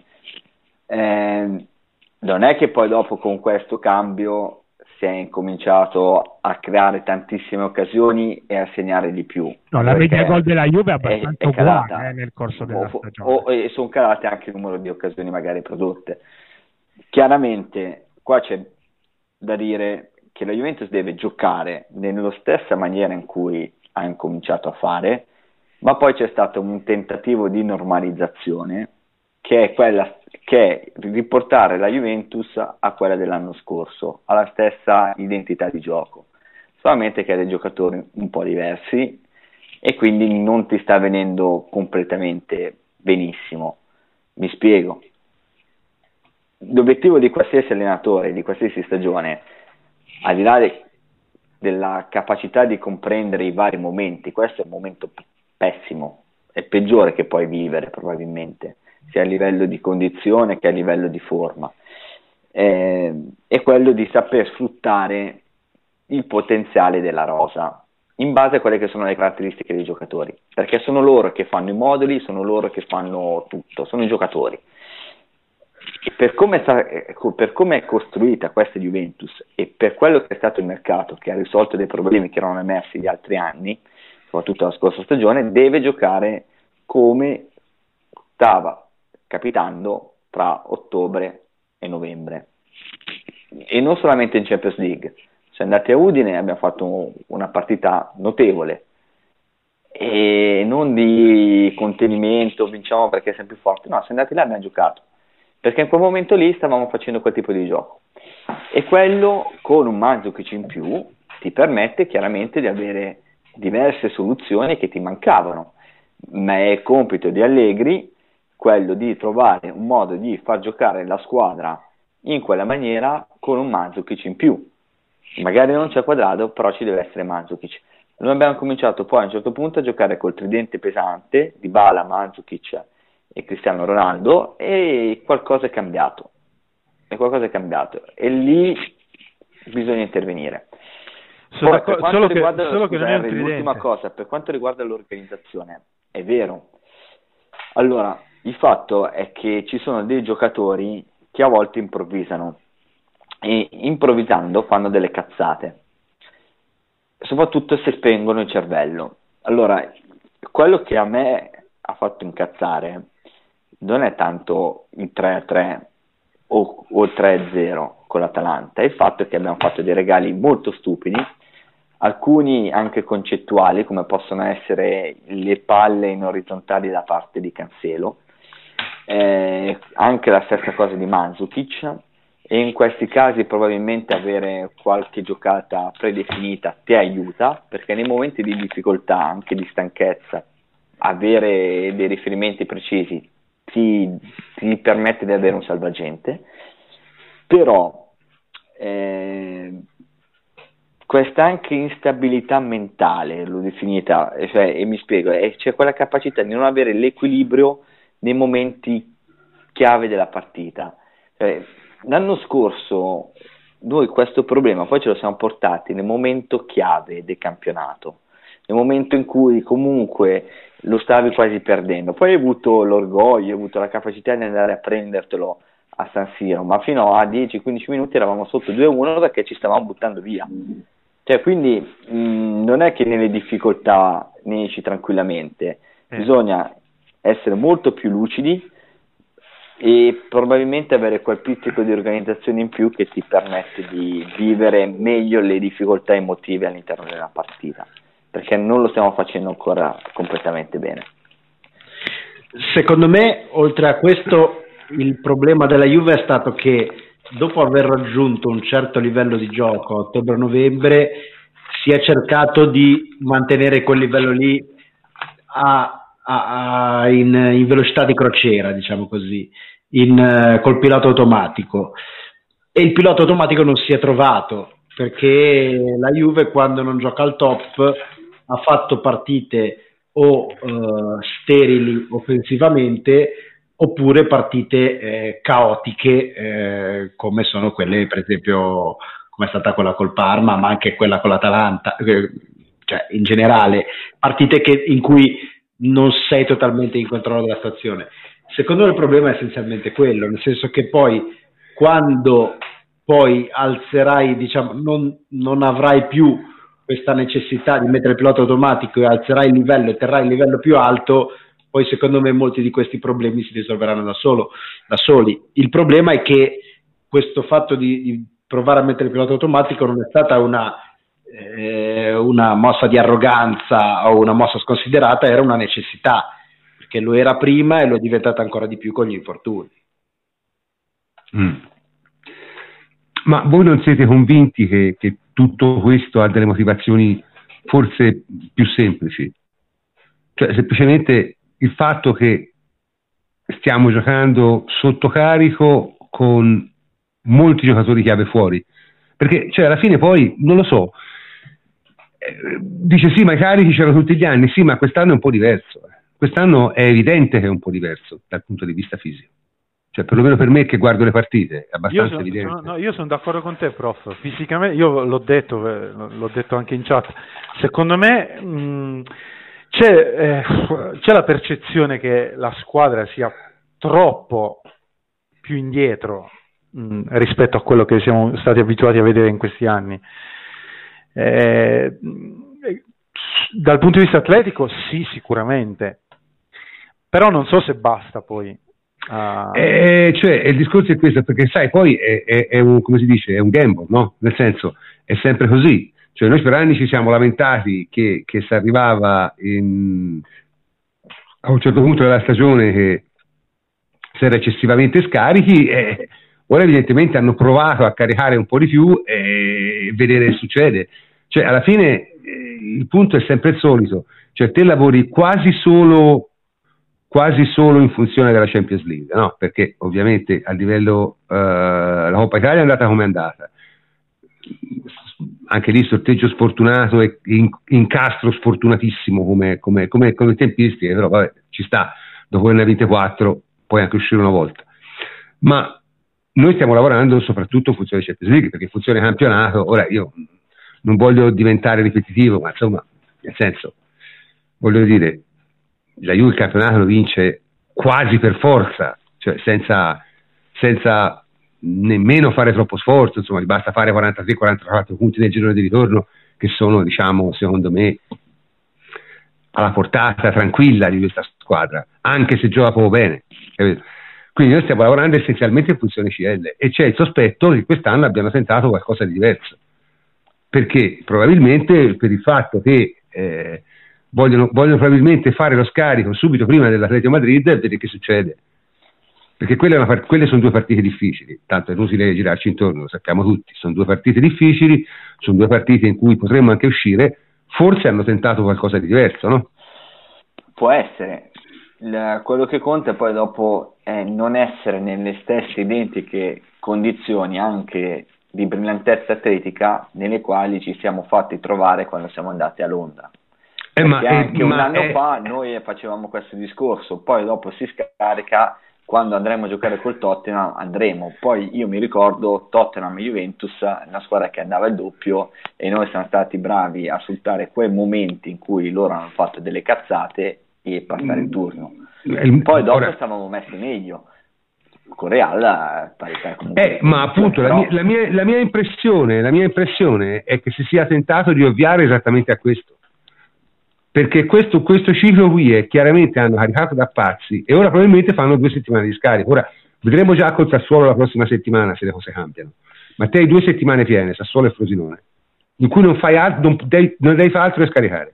Eh, non è che poi dopo con questo cambio si è incominciato a creare tantissime occasioni e a segnare di più. No, la media gol della Juve è abbastanza è, è uguale eh, nel corso della o, stagione. O, e sono calate anche il numero di occasioni magari prodotte. Chiaramente qua c'è da dire che la Juventus deve giocare nella stessa maniera in cui ha incominciato a fare, ma poi c'è stato un tentativo di normalizzazione che è quella che è riportare la Juventus a quella dell'anno scorso, alla stessa identità di gioco, solamente che ha dei giocatori un po' diversi e quindi non ti sta venendo completamente benissimo. Mi spiego. L'obiettivo di qualsiasi allenatore, di qualsiasi stagione, al di là de- della capacità di comprendere i vari momenti, questo è un momento p- pessimo, è peggiore che puoi vivere probabilmente, sia a livello di condizione che a livello di forma, eh, è quello di saper sfruttare il potenziale della rosa, in base a quelle che sono le caratteristiche dei giocatori, perché sono loro che fanno i moduli, sono loro che fanno tutto, sono i giocatori. E per come, sta, per come è costruita questa Juventus e per quello che è stato il mercato, che ha risolto dei problemi che erano emersi gli altri anni, soprattutto la scorsa stagione, deve giocare come stava capitando tra ottobre e novembre. E non solamente in Champions League. Siamo andati a Udine e abbiamo fatto una partita notevole, e non di contenimento, vinciamo perché siamo più forti, no, siamo andati là e abbiamo giocato, perché in quel momento lì stavamo facendo quel tipo di gioco, e quello con un Mandzukic in più ti permette chiaramente di avere diverse soluzioni che ti mancavano, ma è compito di Allegri quello di trovare un modo di far giocare la squadra in quella maniera con un Mandzukic in più. Magari non c'è Quadrado, però ci deve essere Mandzukic. Noi abbiamo cominciato poi a un certo punto a giocare col tridente pesante, Dybala, Mandzukic e Cristiano Ronaldo, e qualcosa è cambiato. E qualcosa è cambiato. E lì bisogna intervenire. Poi, per quanto solo riguarda, che, solo scusa, che non è un Harry, l'ultima cosa, per quanto riguarda l'organizzazione, è vero. Allora, il fatto è che ci sono dei giocatori che a volte improvvisano, e improvvisando fanno delle cazzate, soprattutto se spengono il cervello. Allora, quello che a me ha fatto incazzare non è tanto il tre a tre o, o il tre a zero con l'Atalanta, è il fatto che abbiamo fatto dei regali molto stupidi, alcuni anche concettuali, come possono essere le palle in orizzontali da parte di Cancelo, eh, anche la stessa cosa di Mandzukic, e in questi casi probabilmente avere qualche giocata predefinita ti aiuta, perché nei momenti di difficoltà, anche di stanchezza, avere dei riferimenti precisi ti, ti permette di avere un salvagente. Però eh, questa anche instabilità mentale, l'ho definita, cioè, e mi spiego, è, c'è quella capacità di non avere l'equilibrio nei momenti chiave della partita. Cioè, l'anno scorso noi questo problema poi ce lo siamo portati nel momento chiave del campionato, nel momento in cui comunque lo stavi quasi perdendo, poi hai avuto l'orgoglio, hai avuto la capacità di andare a prendertelo a San Siro, ma fino a dieci quindici minuti eravamo sotto due a uno perché ci stavamo buttando via. Cioè, quindi mh, non è che nelle difficoltà ne esci tranquillamente, eh. bisogna essere molto più lucidi e probabilmente avere quel pizzico di organizzazione in più che ti permette di vivere meglio le difficoltà emotive all'interno della partita, perché non lo stiamo facendo ancora completamente bene. Secondo me, oltre a questo, il problema della Juve è stato che dopo aver raggiunto un certo livello di gioco a ottobre-novembre si è cercato di mantenere quel livello lì a A, a, in, in velocità di crociera, diciamo così, in, uh, col pilota automatico, e il pilota automatico non si è trovato, perché la Juve quando non gioca al top ha fatto partite o uh, sterili offensivamente oppure partite eh, caotiche eh, come sono quelle, per esempio, come è stata quella col Parma, ma anche quella con l'Atalanta, eh, cioè in generale partite che, in cui non sei totalmente in controllo della situazione. Secondo me il problema è essenzialmente quello, nel senso che poi quando poi alzerai, diciamo, non, non avrai più questa necessità di mettere il pilota automatico e alzerai il livello e terrai il livello più alto, poi secondo me molti di questi problemi si risolveranno da, solo, da soli. Il problema è che questo fatto di, di provare a mettere il pilota automatico non è stata una una mossa di arroganza o una mossa sconsiderata, era una necessità, perché lo era prima e lo è diventata ancora di più con gli infortuni. Mm. Ma voi non siete convinti che, che tutto questo ha delle motivazioni forse più semplici? Cioè, semplicemente il fatto che stiamo giocando sotto carico con molti giocatori chiave fuori, perché cioè alla fine poi non lo so, dice sì, ma i carichi c'erano tutti gli anni, sì, ma quest'anno è un po' diverso, quest'anno è evidente che è un po' diverso dal punto di vista fisico. cioè perlomeno per me che guardo le partite è abbastanza io sono, evidente. Sono, no, io sono d'accordo con te, prof. Fisicamente, io l'ho detto, l'ho detto anche in chat, secondo me mh, c'è, eh, c'è la percezione che la squadra sia troppo più indietro mh, rispetto a quello che siamo stati abituati a vedere in questi anni. Eh, dal punto di vista atletico sì, sicuramente, però non so se basta poi. Uh... Eh, cioè il discorso è questo, perché sai poi è, è, è un, come si dice, è un gamble, no? Nel senso è sempre così, cioè noi per anni ci siamo lamentati che, che si arrivava in, a un certo punto della stagione che si era eccessivamente scarichi, e ora evidentemente hanno provato a caricare un po' di più e vedere che succede. Cioè alla fine eh, il punto è sempre il solito, cioè te lavori quasi solo quasi solo in funzione della Champions League, no? Perché ovviamente a livello eh, la Coppa Italia è andata come è andata, anche lì sorteggio sfortunato e incastro sfortunatissimo come, come, come, come tempistiche, però vabbè, ci sta, dopo che ne ha vinte quattro puoi anche uscire una volta, ma noi stiamo lavorando soprattutto in funzione di Champions League, perché in funzione campionato, ora io non voglio diventare ripetitivo, ma insomma, nel senso, voglio dire, la Juve il campionato lo vince quasi per forza, cioè senza, senza nemmeno fare troppo sforzo, insomma, gli basta fare quarantatré quarantaquattro punti nel girone di ritorno, che sono, diciamo, secondo me, alla portata tranquilla di questa squadra, anche se gioca poco bene, capito? Quindi noi stiamo lavorando essenzialmente in funzione C L e c'è il sospetto che quest'anno abbiano tentato qualcosa di diverso, perché probabilmente per il fatto che eh, vogliono, vogliono probabilmente fare lo scarico subito prima dell'Atletico Madrid e vedere che succede, perché quelle, una, quelle sono due partite difficili, tanto è inutile girarci intorno, lo sappiamo tutti, sono due partite difficili, sono due partite in cui potremmo anche uscire, forse hanno tentato qualcosa di diverso, no? Può essere. Il, quello che conta poi dopo è non essere nelle stesse identiche condizioni anche di brillantezza atletica nelle quali ci siamo fatti trovare quando siamo andati a Londra. Eh, Perché ma, anche eh, un ma anno è... fa noi facevamo questo discorso, poi dopo si scarica, quando andremo a giocare col Tottenham andremo, poi io mi ricordo Tottenham e Juventus, una squadra che andava il doppio e noi siamo stati bravi a sfruttare quei momenti in cui loro hanno fatto delle cazzate e passare il turno. Poi dopo Ora... stavamo messi meglio con Real parità comunque. Eh, ma appunto però... la, mia, la, mia, la mia impressione la mia impressione è che si sia tentato di ovviare esattamente a questo, perché questo, questo ciclo qui è chiaramente hanno caricato da pazzi e ora probabilmente fanno due settimane di scarico. Ora vedremo già col Sassuolo la prossima settimana se le cose cambiano, ma te hai due settimane piene, Sassuolo e Frosinone, in cui non fai altro, non devi, non devi fare altro che scaricare.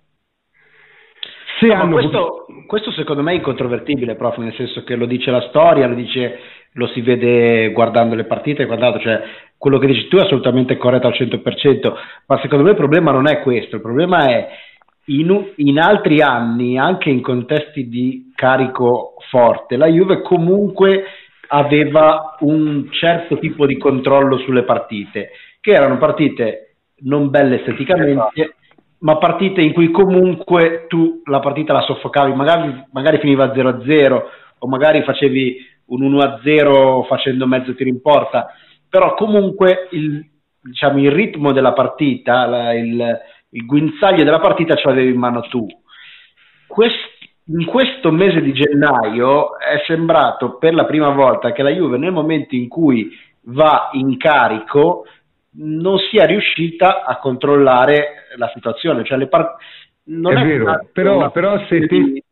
Se no, hanno... questo, questo secondo me è incontrovertibile, prof, nel senso che lo dice la storia, lo dice, lo si vede guardando le partite, guardando, cioè quello che dici tu è assolutamente corretto al cento per cento, ma secondo me il problema non è questo, il problema è in, in altri anni, anche in contesti di carico forte, la Juve comunque aveva un certo tipo di controllo sulle partite, che erano partite non belle esteticamente, ma partite in cui comunque tu la partita la soffocavi, magari, magari finiva zero a zero o magari facevi un uno a zero facendo mezzo tiro in porta, però comunque il, diciamo, il ritmo della partita, la, il, il guinzaglio della partita ce l'avevi in mano tu. Quest, in questo mese di gennaio è sembrato per la prima volta che la Juve nel momento in cui va in carico non sia riuscita a controllare la situazione, cioè le part... non è, è vero, una, però, una però se ti...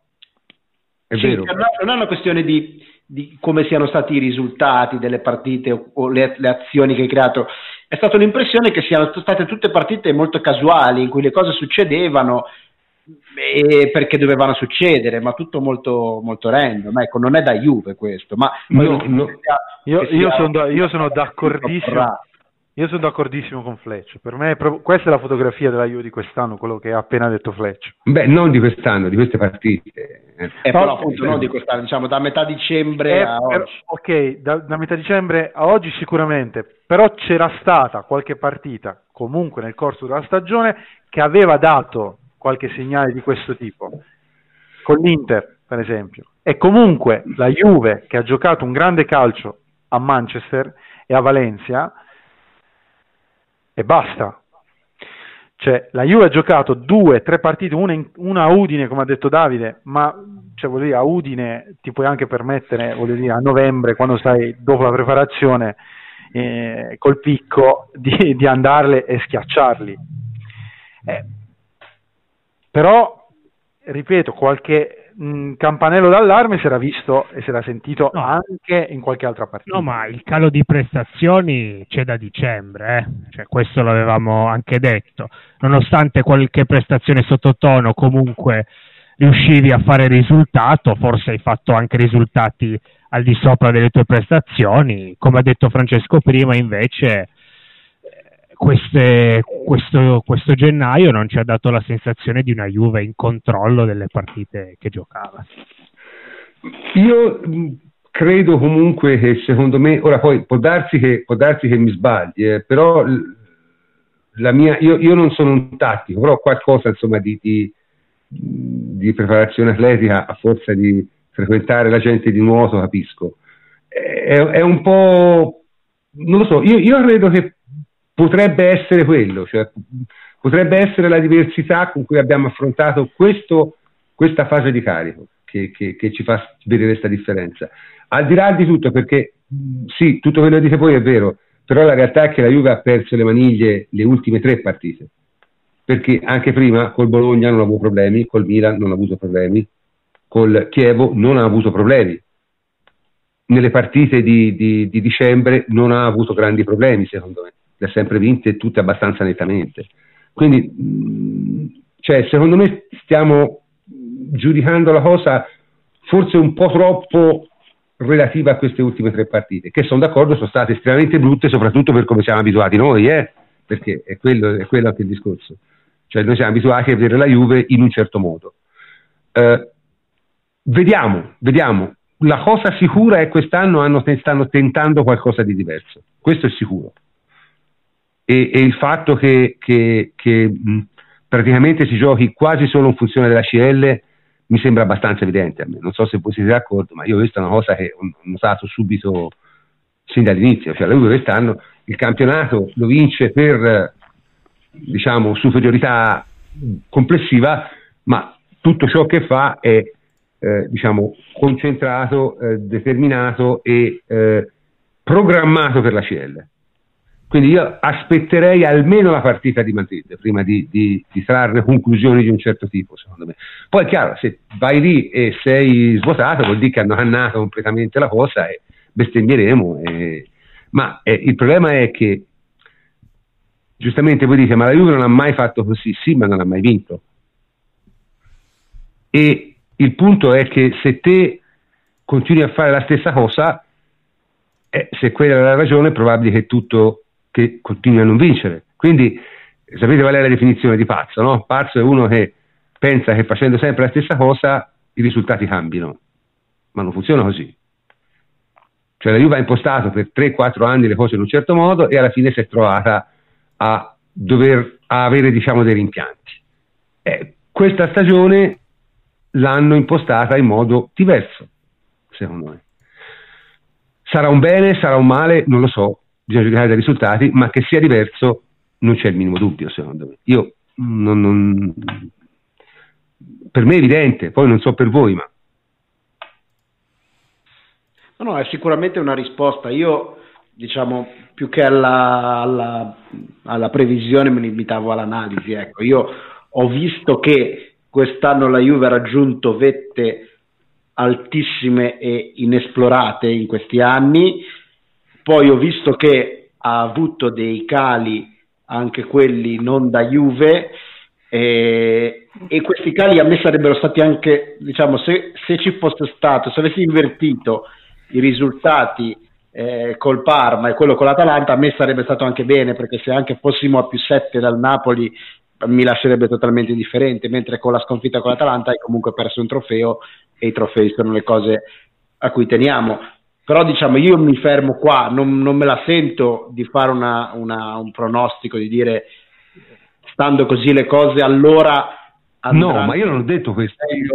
è sì, vero. non è una questione di, di come siano stati i risultati delle partite o, o le, le azioni che hai creato, è stata un'impressione che siano state tutte partite molto casuali in cui le cose succedevano e perché dovevano succedere, ma tutto molto, molto random. Ecco, non è da Juve questo, ma no, no. io, io, sono da, io sono d'accordissimo. Io sono d'accordissimo con Fleccio. Per me è proprio, questa è la fotografia della Juve di quest'anno, quello che ha appena detto Fleccio. Beh, non di quest'anno, di queste partite. Eh, però appunto non di quest'anno, diciamo da metà dicembre eh, a per, oggi. Ok, da, da metà dicembre a oggi sicuramente, però c'era stata qualche partita comunque nel corso della stagione che aveva dato qualche segnale di questo tipo. Con l'Inter, per esempio, E comunque la Juve, che ha giocato un grande calcio a Manchester e a Valencia, e basta. Cioè, la Juve ha giocato due, tre partite, una, in, una a Udine, come ha detto Davide, ma cioè, voglio dire, a Udine ti puoi anche permettere, voglio dire, a novembre, quando stai dopo la preparazione, eh, col picco, di, di andarle e schiacciarli. Eh, però, ripeto, qualche mh, campanello d'allarme si era visto e si era sentito no. anche in qualche altra partita. No, ma il calo di prestazioni c'è da dicembre, eh? Cioè, questo l'avevamo anche detto. Nonostante qualche prestazione sottotono, comunque riuscivi a fare risultato, forse hai fatto anche risultati al di sopra delle tue prestazioni. Come ha detto Francesco prima, invece, queste, questo, questo gennaio non ci ha dato la sensazione di una Juve in controllo delle partite che giocava. Io credo comunque che, secondo me, ora poi può darsi che, può darsi che mi sbagli, eh, però la mia, io, io non sono un tattico, però qualcosa insomma di, di, di preparazione atletica, a forza di frequentare la gente di nuoto, capisco. È, è un po', non lo so, io, io credo che potrebbe essere quello, cioè potrebbe essere la diversità con cui abbiamo affrontato questo, questa fase di carico che, che, che ci fa vedere questa differenza. Al di là di tutto, perché sì, tutto quello che dite voi è vero, però la realtà è che la Juve ha perso le maniglie le ultime tre partite, perché anche prima col Bologna non ha avuto problemi, col Milan non ha avuto problemi, col Chievo non ha avuto problemi, nelle partite di, di, di dicembre non ha avuto grandi problemi, secondo me, le ha sempre vinte tutte abbastanza nettamente. Quindi cioè, secondo me stiamo giudicando la cosa forse un po' troppo relativa a queste ultime tre partite, che sono d'accordo sono state estremamente brutte, soprattutto per come siamo abituati noi, eh? Perché è quello, è quello anche il discorso, cioè noi siamo abituati a vedere la Juve in un certo modo. Eh, vediamo, vediamo, la cosa sicura è che quest'anno hanno, stanno tentando qualcosa di diverso, questo è sicuro, e, e il fatto che, che, che mh, praticamente si giochi quasi solo in funzione della C L mi sembra abbastanza evidente a me. Non so se voi siete d'accordo, ma io questa è una cosa che ho notato subito sin dall'inizio, cioè la Juve quest'anno il campionato lo vince per, diciamo, superiorità complessiva, ma tutto ciò che fa è eh, diciamo concentrato, eh, determinato e eh, programmato per la C L. Quindi io aspetterei almeno la partita di Madrid prima di, di, di trarre conclusioni di un certo tipo, secondo me. Poi è chiaro, se vai lì e sei svuotato vuol dire che hanno cannato completamente la cosa e bestemmieremo. E... Ma eh, il problema è che, giustamente voi dite, ma la Juve non ha mai fatto così, sì, ma non ha mai vinto. E il punto è che se te continui a fare la stessa cosa, eh, se quella è la ragione, è probabile che tutto... che continui a non vincere. Quindi sapete qual è la definizione di pazzo, no? Pazzo è uno che pensa che facendo sempre la stessa cosa i risultati cambino, ma non funziona così. Cioè la Juve ha impostato per tre quattro anni le cose in un certo modo e alla fine si è trovata a dover a avere, diciamo, dei rimpianti. Eh, questa stagione l'hanno impostata in modo diverso, secondo me. Sarà un bene, sarà un male, non lo so, bisogna giudicare dai risultati, ma che sia diverso non c'è il minimo dubbio, secondo me. Io non, non, per me è evidente, poi non so per voi, ma no, no, è sicuramente una risposta. Io, diciamo, più che alla, alla, alla previsione mi limitavo all'analisi. Ecco, io ho visto che quest'anno la Juve ha raggiunto vette altissime e inesplorate in questi anni. Poi ho visto che ha avuto dei cali, anche quelli non da Juve, e, e questi cali a me sarebbero stati anche, diciamo, se, se ci fosse stato, se avessi invertito i risultati eh, col Parma e quello con l'Atalanta, a me sarebbe stato anche bene, perché se anche fossimo a più sette dal Napoli mi lascerebbe totalmente indifferente, mentre con la sconfitta con l'Atalanta hai comunque perso un trofeo e i trofei sono le cose a cui teniamo. Però diciamo io mi fermo qua, non, non me la sento di fare una, una, un pronostico, di dire stando così le cose allora no, ma io non ho detto questo.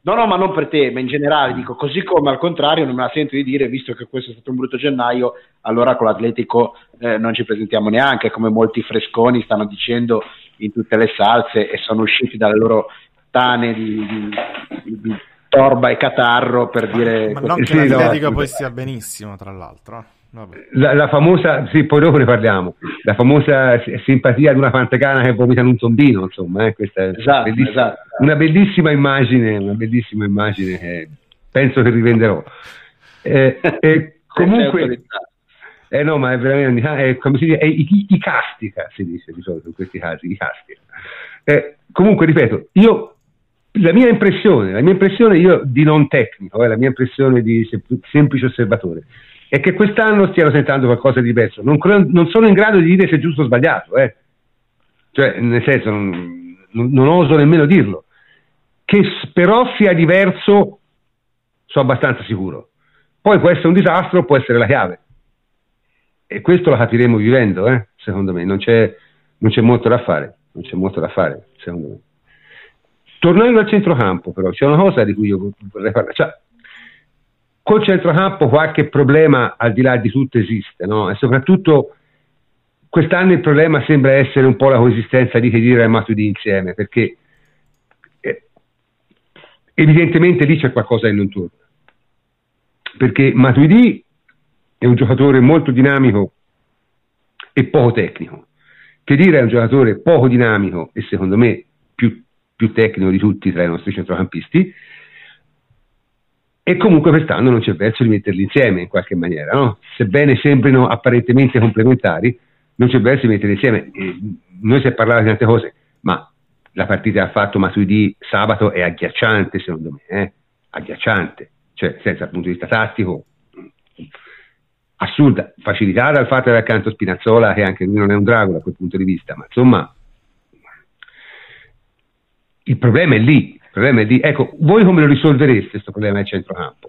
No, no, ma non per te, ma in generale, dico, così come al contrario non me la sento di dire, visto che questo è stato un brutto gennaio, allora con l'Atletico eh, non ci presentiamo neanche, come molti fresconi stanno dicendo in tutte le salse e sono usciti dalle loro tane di, di, di, di torba e catarro per dire... Ma non che sì, l'Atletico no, poi stia benissimo, tra l'altro. Vabbè. La, la famosa, sì, poi dopo ne parliamo, la famosa simpatia di una fantacana che vomita in un tombino, insomma, eh, questa è esatto, bellissima, esatto. una bellissima immagine, una bellissima immagine che penso che rivenderò. Eh, eh, comunque, eh no, ma è veramente, è, come si dice, è icastica, si dice di solito in questi casi, icastica. Eh, comunque, ripeto, io, la mia impressione, la mia impressione io di non tecnico, eh, la mia impressione di sem- semplice osservatore, è che quest'anno stiano tentando qualcosa di diverso. Non, non sono in grado di dire se è giusto o sbagliato, eh. Cioè, nel senso, non, non, non oso nemmeno dirlo. Che però sia diverso, sono abbastanza sicuro. Poi può essere un disastro, può essere la chiave. E questo lo capiremo vivendo, eh, secondo me. Non c'è, non c'è molto da fare, non c'è molto da fare, secondo me. Tornando al centrocampo, però, c'è una cosa di cui io vorrei parlare. Cioè, col centrocampo qualche problema al di là di tutto esiste, no? E soprattutto quest'anno il problema sembra essere un po' la coesistenza di Khedira e Matuidi insieme, perché eh, evidentemente lì c'è qualcosa che non torna, perché Matuidi è un giocatore molto dinamico e poco tecnico. Khedira è un giocatore poco dinamico e secondo me più, più tecnico di tutti tra i nostri centrocampisti. E comunque quest'anno non c'è verso di metterli insieme in qualche maniera, no? Sebbene sembrino apparentemente complementari, non c'è verso di metterli insieme. E noi si è parlato di tante cose, ma la partita che ha fatto Matuidi sabato è agghiacciante, secondo me, eh? Agghiacciante, cioè senza dal punto di vista tattico, assurda, facilitata dal fatto che era accanto Spinazzola, che anche lui non è un drago da quel punto di vista, ma insomma il problema è lì. Il problema è lì. Ecco, voi come lo risolvereste questo problema del centrocampo?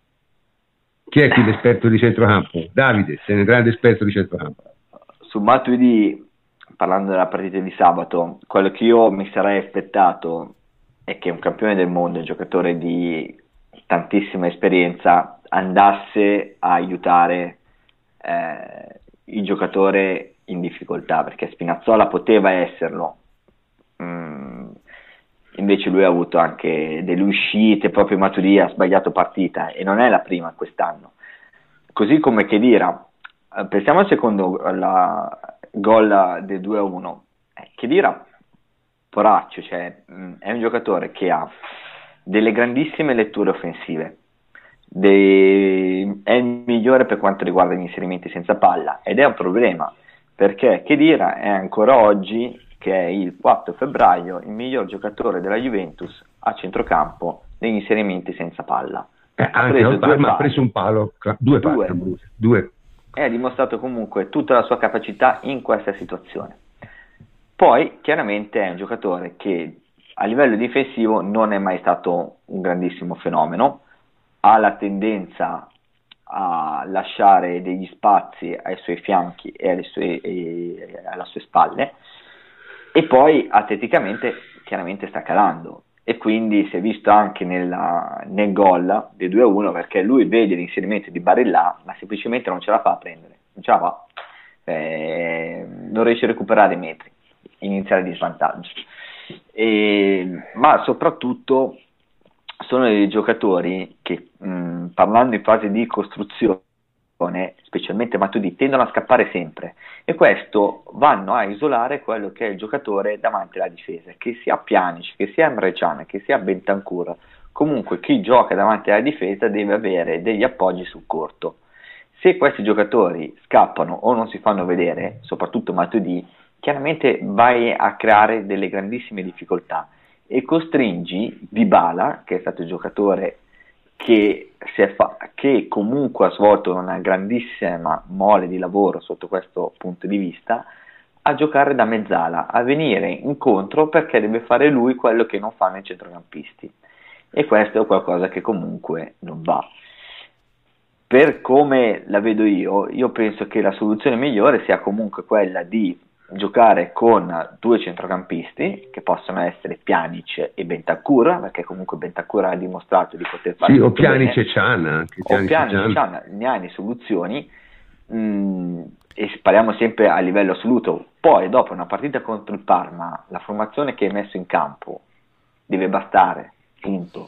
Chi è qui l'esperto di centrocampo? Davide, sei un grande esperto di centrocampo. Su Matuidi, parlando della partita di sabato, quello che io mi sarei aspettato è che un campione del mondo, un giocatore di tantissima esperienza, andasse a aiutare eh, il giocatore in difficoltà, perché Spinazzola poteva esserlo. Mm. Invece lui ha avuto anche delle uscite, proprio Matuidi ha sbagliato partita e non è la prima quest'anno. Così come Khedira, pensiamo al secondo la gol del due a uno. Eh, Khedira, poraccio, cioè, mh, è un giocatore che ha delle grandissime letture offensive, dei, è il migliore per quanto riguarda gli inserimenti senza palla, ed è un problema perché Khedira è ancora oggi, che è il quattro febbraio, il miglior giocatore della Juventus a centrocampo negli inserimenti senza palla. Eh, ha, preso palo, ma ha preso un palo, due, due. Pali, due. E ha dimostrato comunque tutta la sua capacità in questa situazione. Poi chiaramente è un giocatore che a livello difensivo non è mai stato un grandissimo fenomeno, ha la tendenza a lasciare degli spazi ai suoi fianchi e alle sue, e alle sue spalle, e poi atleticamente chiaramente sta calando, e quindi si è visto anche nella, nel gol del due a uno, perché lui vede l'inserimento di Barilla ma semplicemente non ce la fa a prendere, non ce la fa, eh, non riesce a recuperare i metri, iniziare di svantaggio, e, ma soprattutto sono dei giocatori che mh, parlando in fase di costruzione, specialmente Matuidi, tendono a scappare sempre, e questo vanno a isolare quello che è il giocatore davanti alla difesa, che sia Pjanic, che sia Emre Can, che sia Bentancur. Comunque chi gioca davanti alla difesa deve avere degli appoggi sul corto. Se questi giocatori scappano o non si fanno vedere, soprattutto Matuidi, chiaramente vai a creare delle grandissime difficoltà e costringi Dybala, che è stato il giocatore che, si è fa- che comunque ha svolto una grandissima mole di lavoro sotto questo punto di vista, a giocare da mezzala, a venire incontro, perché deve fare lui quello che non fanno i centrocampisti, e questo è qualcosa che comunque non va. Per come la vedo io, io penso che la soluzione migliore sia comunque quella di giocare con due centrocampisti che possono essere Pjanic e Bentancur, perché comunque Bentancur ha dimostrato di poter fare sì, o Pjanic e Can, anche o Pjanic e Can, ne hanno soluzioni, mh, e parliamo sempre a livello assoluto. Poi dopo una partita contro il Parma la formazione che hai messo in campo deve bastare, punto.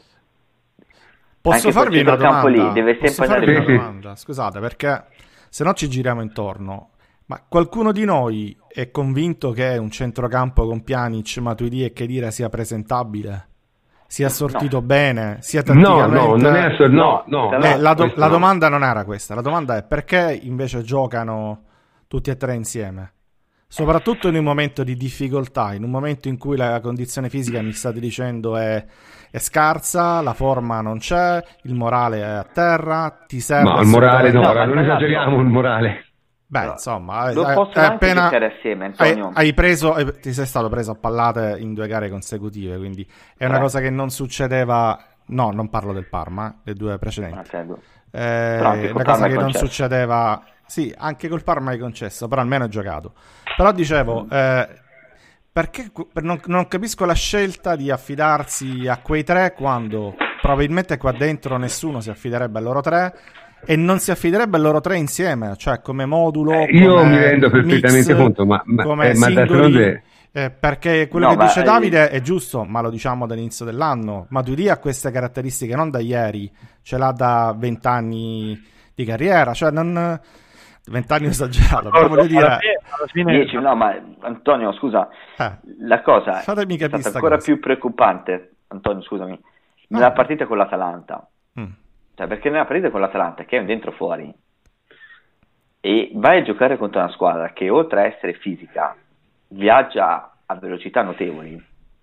Posso Anche farvi una domanda? Lì deve Posso sempre farvi andare una domanda? Scusate, perché se no ci giriamo intorno. Ma qualcuno di noi è convinto che un centrocampo con Pjanic, Matuidi e Khedira sia presentabile? Sia sortito no. bene? Sia tatticamente... No, no, non è assor- no, no, eh, no, la, do- la no. domanda non era questa. La domanda è perché invece giocano tutti e tre insieme? Soprattutto in un momento di difficoltà, in un momento in cui la condizione fisica, mi state dicendo, è, è scarsa, la forma non c'è, il morale è a terra, ti serve... Ma il morale no, no, non esageriamo il morale. Beh, no. insomma, lo hai, possono hai anche appena giocare assieme, Antonio. hai, hai preso, hai, ti sei stato preso a pallate in due gare consecutive, quindi è una eh. cosa che non succedeva. No, non parlo del Parma, le due precedenti. Ah, eh, è una cosa che non succedeva. Sì, anche col Parma hai concesso, però almeno hai giocato. Però dicevo, eh, perché per non, non capisco la scelta di affidarsi a quei tre quando probabilmente qua dentro nessuno si affiderebbe a loro tre. E non si affiderebbe a loro tre insieme, cioè come modulo. Eh, io come mi rendo perfettamente mix, conto, ma, ma, come eh, ma singoli, eh, perché quello no, che ma, dice eh, Davide è giusto, ma lo diciamo dall'inizio dell'anno. Matuidi ha queste caratteristiche non da ieri, ce l'ha da vent'anni di carriera, cioè non vent'anni esagerato, però voglio dire dieci, no, ma Antonio, scusa, eh, la cosa è stata ancora cosa. più preoccupante, Antonio, scusami, nella no. partita con l'Atalanta. Mm. Cioè, perché nella partita con l'Atalanta, che è un dentro fuori, e vai a giocare contro una squadra che oltre a essere fisica viaggia a velocità notevoli,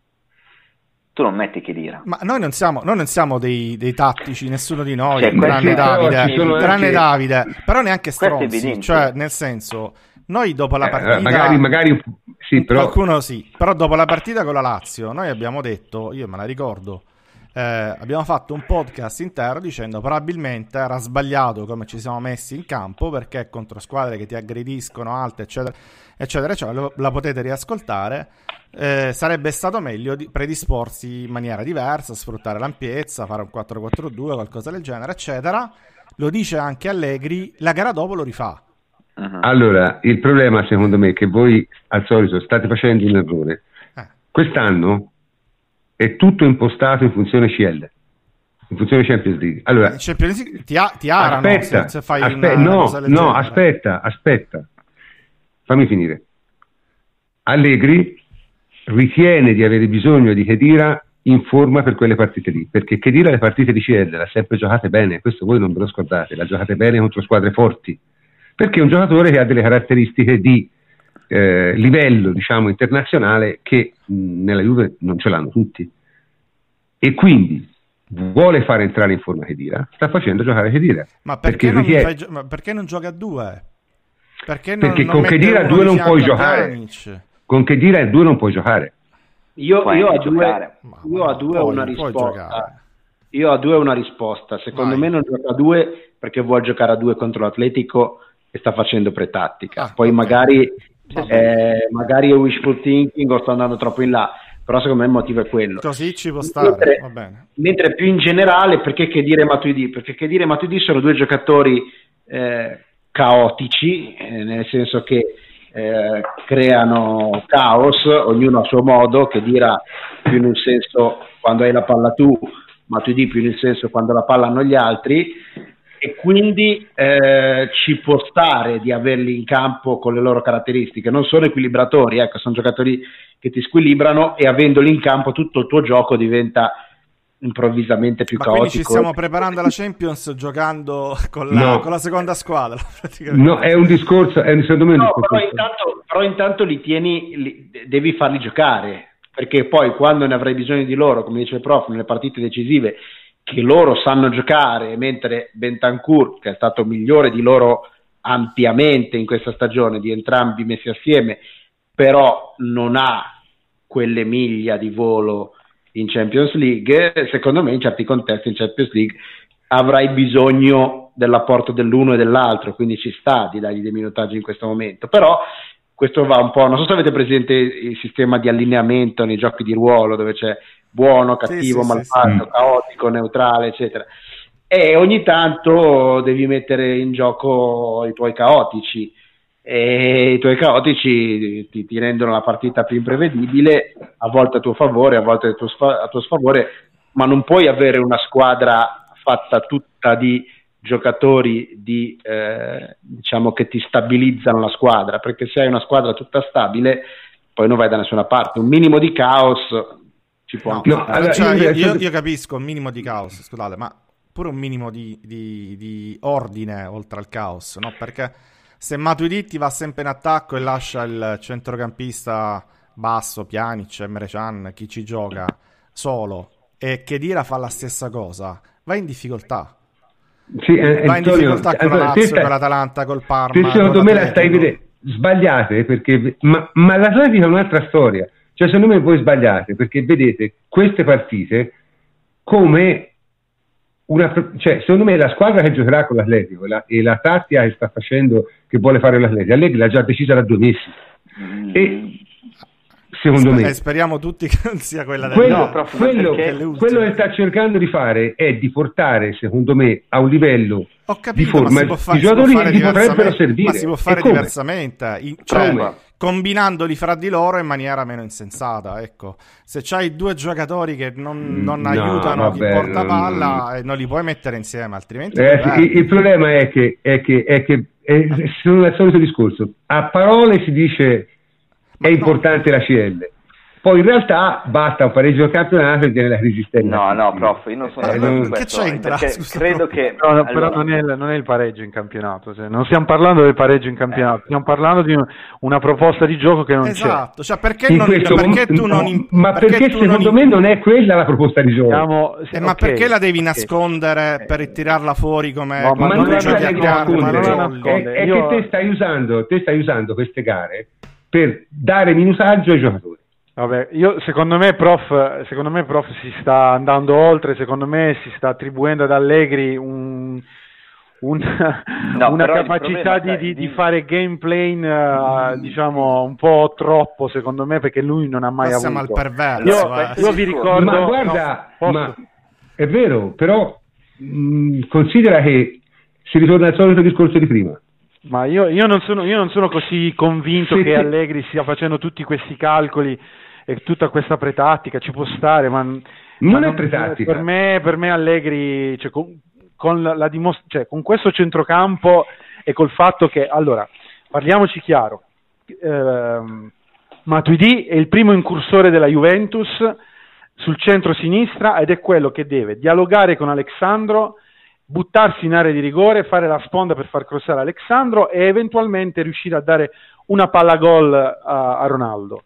tu non metti Khedira. Ma noi non siamo, noi non siamo dei, dei tattici, nessuno di noi, cioè, tranne Davide, tranne anche... Davide, però neanche stronzi, cioè nel senso, noi dopo la partita... Eh, magari, magari sì, però... Qualcuno sì, però dopo la partita con la Lazio, noi abbiamo detto, io me la ricordo, Eh, abbiamo fatto un podcast intero dicendo probabilmente era sbagliato come ci siamo messi in campo, perché contro squadre che ti aggrediscono alte eccetera eccetera eccetera, la potete riascoltare. Eh, sarebbe stato meglio di predisporsi in maniera diversa, sfruttare l'ampiezza, fare un quattro quattro due, qualcosa del genere eccetera. Lo dice anche Allegri, la gara dopo lo rifà. Uh-huh. Allora il problema secondo me è che voi al solito state facendo un errore. eh. Quest'anno è tutto impostato in funzione C L, in funzione Champions League. Allora, Champions League ti, ti arano aspetta, se, se fai aspetta, una, no, una no, aspetta, aspetta, fammi finire. Allegri ritiene di avere bisogno di Khedira in forma per quelle partite lì, perché Khedira le partite di C L le ha sempre giocate bene, questo voi non ve lo scordate, le ha giocate bene contro squadre forti, perché è un giocatore che ha delle caratteristiche di Eh, livello diciamo internazionale che mh, nella Juve non ce l'hanno tutti, e quindi vuole fare entrare in forma Khedira, sta facendo giocare Khedira. Ma perché, perché, non, richiede... fai gio- ma perché non gioca a due? Perché, non, perché non con Khedira a due non puoi giocare, Pjanic? con Khedira a due non puoi giocare. Io, io a due, ma, io ma a due ho una risposta. Io a due ho una risposta. Secondo Vai. me non gioca a due perché vuole giocare a due contro l'Atletico e sta facendo pretattica. Ah, Poi okay. magari eh, magari è wishful thinking o sto andando troppo in là, però secondo me il motivo è quello. Così ci può stare, mentre, va bene. Mentre più in generale, perché Khedira e Matuidi? Perché Khedira e Matuidi sono due giocatori eh, caotici, eh, nel senso che eh, creano caos, ognuno a suo modo. Khedira più nel senso quando hai la palla tu, Matuidi più nel senso quando la palla hanno gli altri, e quindi eh, ci può stare di averli in campo con le loro caratteristiche. Non sono equilibratori, ecco, sono giocatori che ti squilibrano, e avendoli in campo tutto il tuo gioco diventa improvvisamente più Ma caotico. quindi ci stiamo preparando alla Champions giocando con la, no. con la seconda squadra no, è un discorso, è secondo me un no, discorso. Però intanto, però intanto li tieni, li, devi farli giocare, perché poi quando ne avrai bisogno di loro, come dice il prof, nelle partite decisive, che loro sanno giocare, mentre Bentancur, che è stato migliore di loro ampiamente in questa stagione, di entrambi messi assieme, però non ha quelle miglia di volo in Champions League, secondo me in certi contesti in Champions League avrai bisogno dell'apporto dell'uno e dell'altro, quindi ci sta di dargli dei minutaggi in questo momento. Però questo va un po', non so se avete presente il sistema di allineamento nei giochi di ruolo, dove c'è buono, cattivo, sì, sì, malvagio, sì. caotico, neutrale, eccetera. E ogni tanto devi mettere in gioco i tuoi caotici, e i tuoi caotici ti, ti rendono la partita più imprevedibile, a volte a tuo favore, a volte a tuo, sfa- a tuo sfavore, ma non puoi avere una squadra fatta tutta di giocatori di, eh, diciamo che ti stabilizzano la squadra, perché se hai una squadra tutta stabile poi non vai da nessuna parte. Un minimo di caos ci può No, anche no, stare. allora, cioè, io- io, io- io capisco un minimo di caos, scusate, ma pure un minimo di, di- di ordine oltre al caos, no? Perché se Matuidi ti va sempre in attacco e lascia il centrocampista basso, Pjanic, Emre Can, chi ci gioca solo, e Khedira fa la stessa cosa, va in difficoltà. Sì, eh, Va in Antonio, difficoltà con la Antonio, te Lazio, stai- con l'Atalanta, col Parma. te secondo con me la stai l'Atletico. vedendo sbagliate, perché ma, ma l'Atletico è un'altra storia, cioè secondo me voi sbagliate, perché vedete queste partite come una, cioè secondo me la squadra che giocherà con l'Atletico e la, e la tattica che sta facendo, che vuole fare l'Atletico, Allegri l'ha già decisa da due mesi, e secondo Sper- me e speriamo tutti che non sia quella del quello, No, proprio quello- perché le ultime. quello che sta cercando di fare è di portare, secondo me, a un livello Ho di capito, forma ma si può, fa- i si può giocatori fare che gli potrebbero diversamente, servire. ma si può fare E come? diversamente, in- cioè, Come? combinandoli fra di loro in maniera meno insensata. Ecco, se c'hai due giocatori che non, non No, aiutano chi vabbè, porta non- palla, eh, non li puoi mettere insieme, altrimenti Eh, poi sì, il, il problema è che, è che, è che è, sono il solito discorso. A parole si dice Ma è no. importante la C L, poi in realtà basta un pareggio al campionato e viene la crisi esterna. No, no, prof, io non sono Eh, d'accordo non- con questo, Che c'entra? perché Scusa, credo prof. che... No, no, però allora, non è, il, non è il pareggio in campionato, cioè, non stiamo parlando del pareggio in campionato, Eh. stiamo parlando di un- una proposta di gioco che non Esatto, cioè perché, In non, questo perché momento- tu non... in- ma perché, tu secondo non me non è quella la proposta di c'è. gioco. Siamo- sì, Eh, ma ok, perché la devi ok. nascondere per tirarla fuori come, No, come ma Ma non non è la che giochi la a devi nascondere, carte, ma non la nascondere, jolly. nascondere. è, è Io- che te stai usando, te stai usando queste gare per dare minutaggio ai giocatori. Vabbè, io secondo me prof, secondo me prof si sta andando oltre, secondo me si sta attribuendo ad Allegri un, un- No, una però il capacità problema, di, sai, di- di di- fare gameplay eh, diciamo un po' troppo secondo me, perché lui non ha mai Passiamo avuto. al perverso. Io, eh. io vi ricordo, Ma guarda, no, posso- ma è vero, però mh, considera che si ritorna al solito discorso di prima. Ma io, io, non sono, io non sono così convinto Sì, che sì. Allegri stia facendo tutti questi calcoli e tutta questa pretattica, ci può stare, ma, ma Non è pretattica. Per me, per me Allegri, cioè, con, con, la, la dimos- cioè, con questo centrocampo e col fatto che, allora, parliamoci chiaro, ehm, Matuidi è il primo incursore della Juventus sul centro-sinistra ed è quello che deve dialogare con Alexandro, buttarsi in area di rigore, fare la sponda per far crossare Alexandro e eventualmente riuscire a dare una palla gol a, a Ronaldo.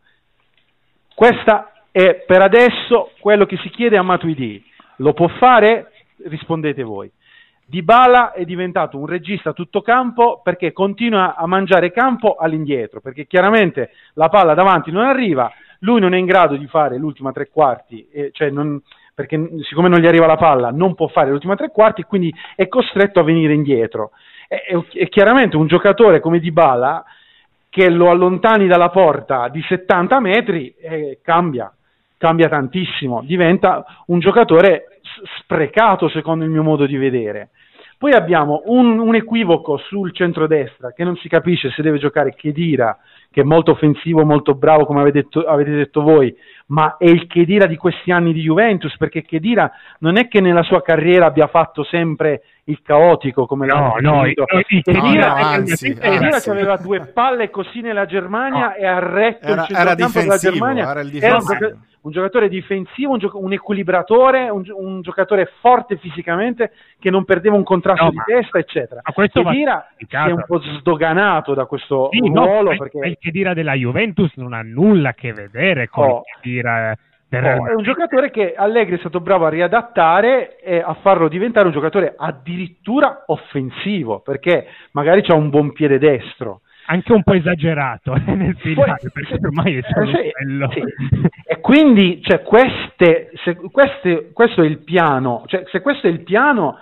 Questa è per adesso quello che si chiede a Matuidi. Lo può fare? Rispondete voi. Dybala è diventato un regista a tutto campo perché continua a mangiare campo all'indietro, perché chiaramente la palla davanti non arriva, lui non è in grado di fare l'ultima tre quarti, eh, cioè non, perché siccome non gli arriva la palla non può fare l'ultima tre quarti, quindi è costretto a venire indietro. E, e, e chiaramente un giocatore come Dybala, che lo allontani dalla porta di settanta metri, eh, cambia, cambia tantissimo, diventa un giocatore s- sprecato secondo il mio modo di vedere. Poi abbiamo un, un equivoco sul centrodestra che non si capisce se deve giocare Khedira, che è molto offensivo, molto bravo come avete detto, avete detto voi, ma è il Khedira di questi anni di Juventus, perché Khedira non è che nella sua carriera abbia fatto sempre il caotico come No, l'ha no, definito. il- il Khedira no, no, anzi, Khedira anzi. aveva due palle così nella Germania e ha retto Era- il era centrocampo della difensivo, Germania. era il un, difensivo. gioca- un giocatore difensivo, un, gioc- un equilibratore, un, gio- un giocatore forte fisicamente che non perdeva un contrasto No, di ma- testa, eccetera. ma questo va Khedira si è specificato. un po' sdoganato da questo Sì, no, ruolo ma perché il Khedira della Juventus non ha nulla a che vedere con Oh. il Khedira del Oh, Real è un Madrid. giocatore che Allegri è stato bravo a riadattare e a farlo diventare un giocatore addirittura offensivo, perché magari c'ha un buon piede destro. Anche un po' esagerato eh, nel finale, Poi- perché ormai è eh, solo sì, quello. sì. E quindi, cioè, queste, se queste, questo è il piano, cioè, se questo è il piano,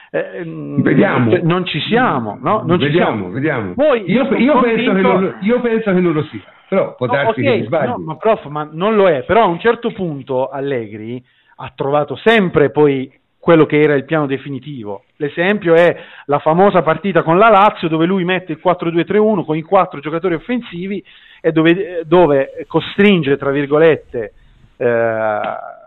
Eh, vediamo. Non ci siamo, no? Non vediamo, ci siamo. vediamo. Poi io, io, convinto... penso che non, io penso che non lo sia, però può no, darsi okay, che sbagli. No, ma prof, ma non lo è. Però a un certo punto Allegri ha trovato sempre poi quello che era il piano definitivo. L'esempio è la famosa partita con la Lazio, dove lui mette il quattro due tre uno con i quattro giocatori offensivi e dove, dove costringe, tra virgolette, eh,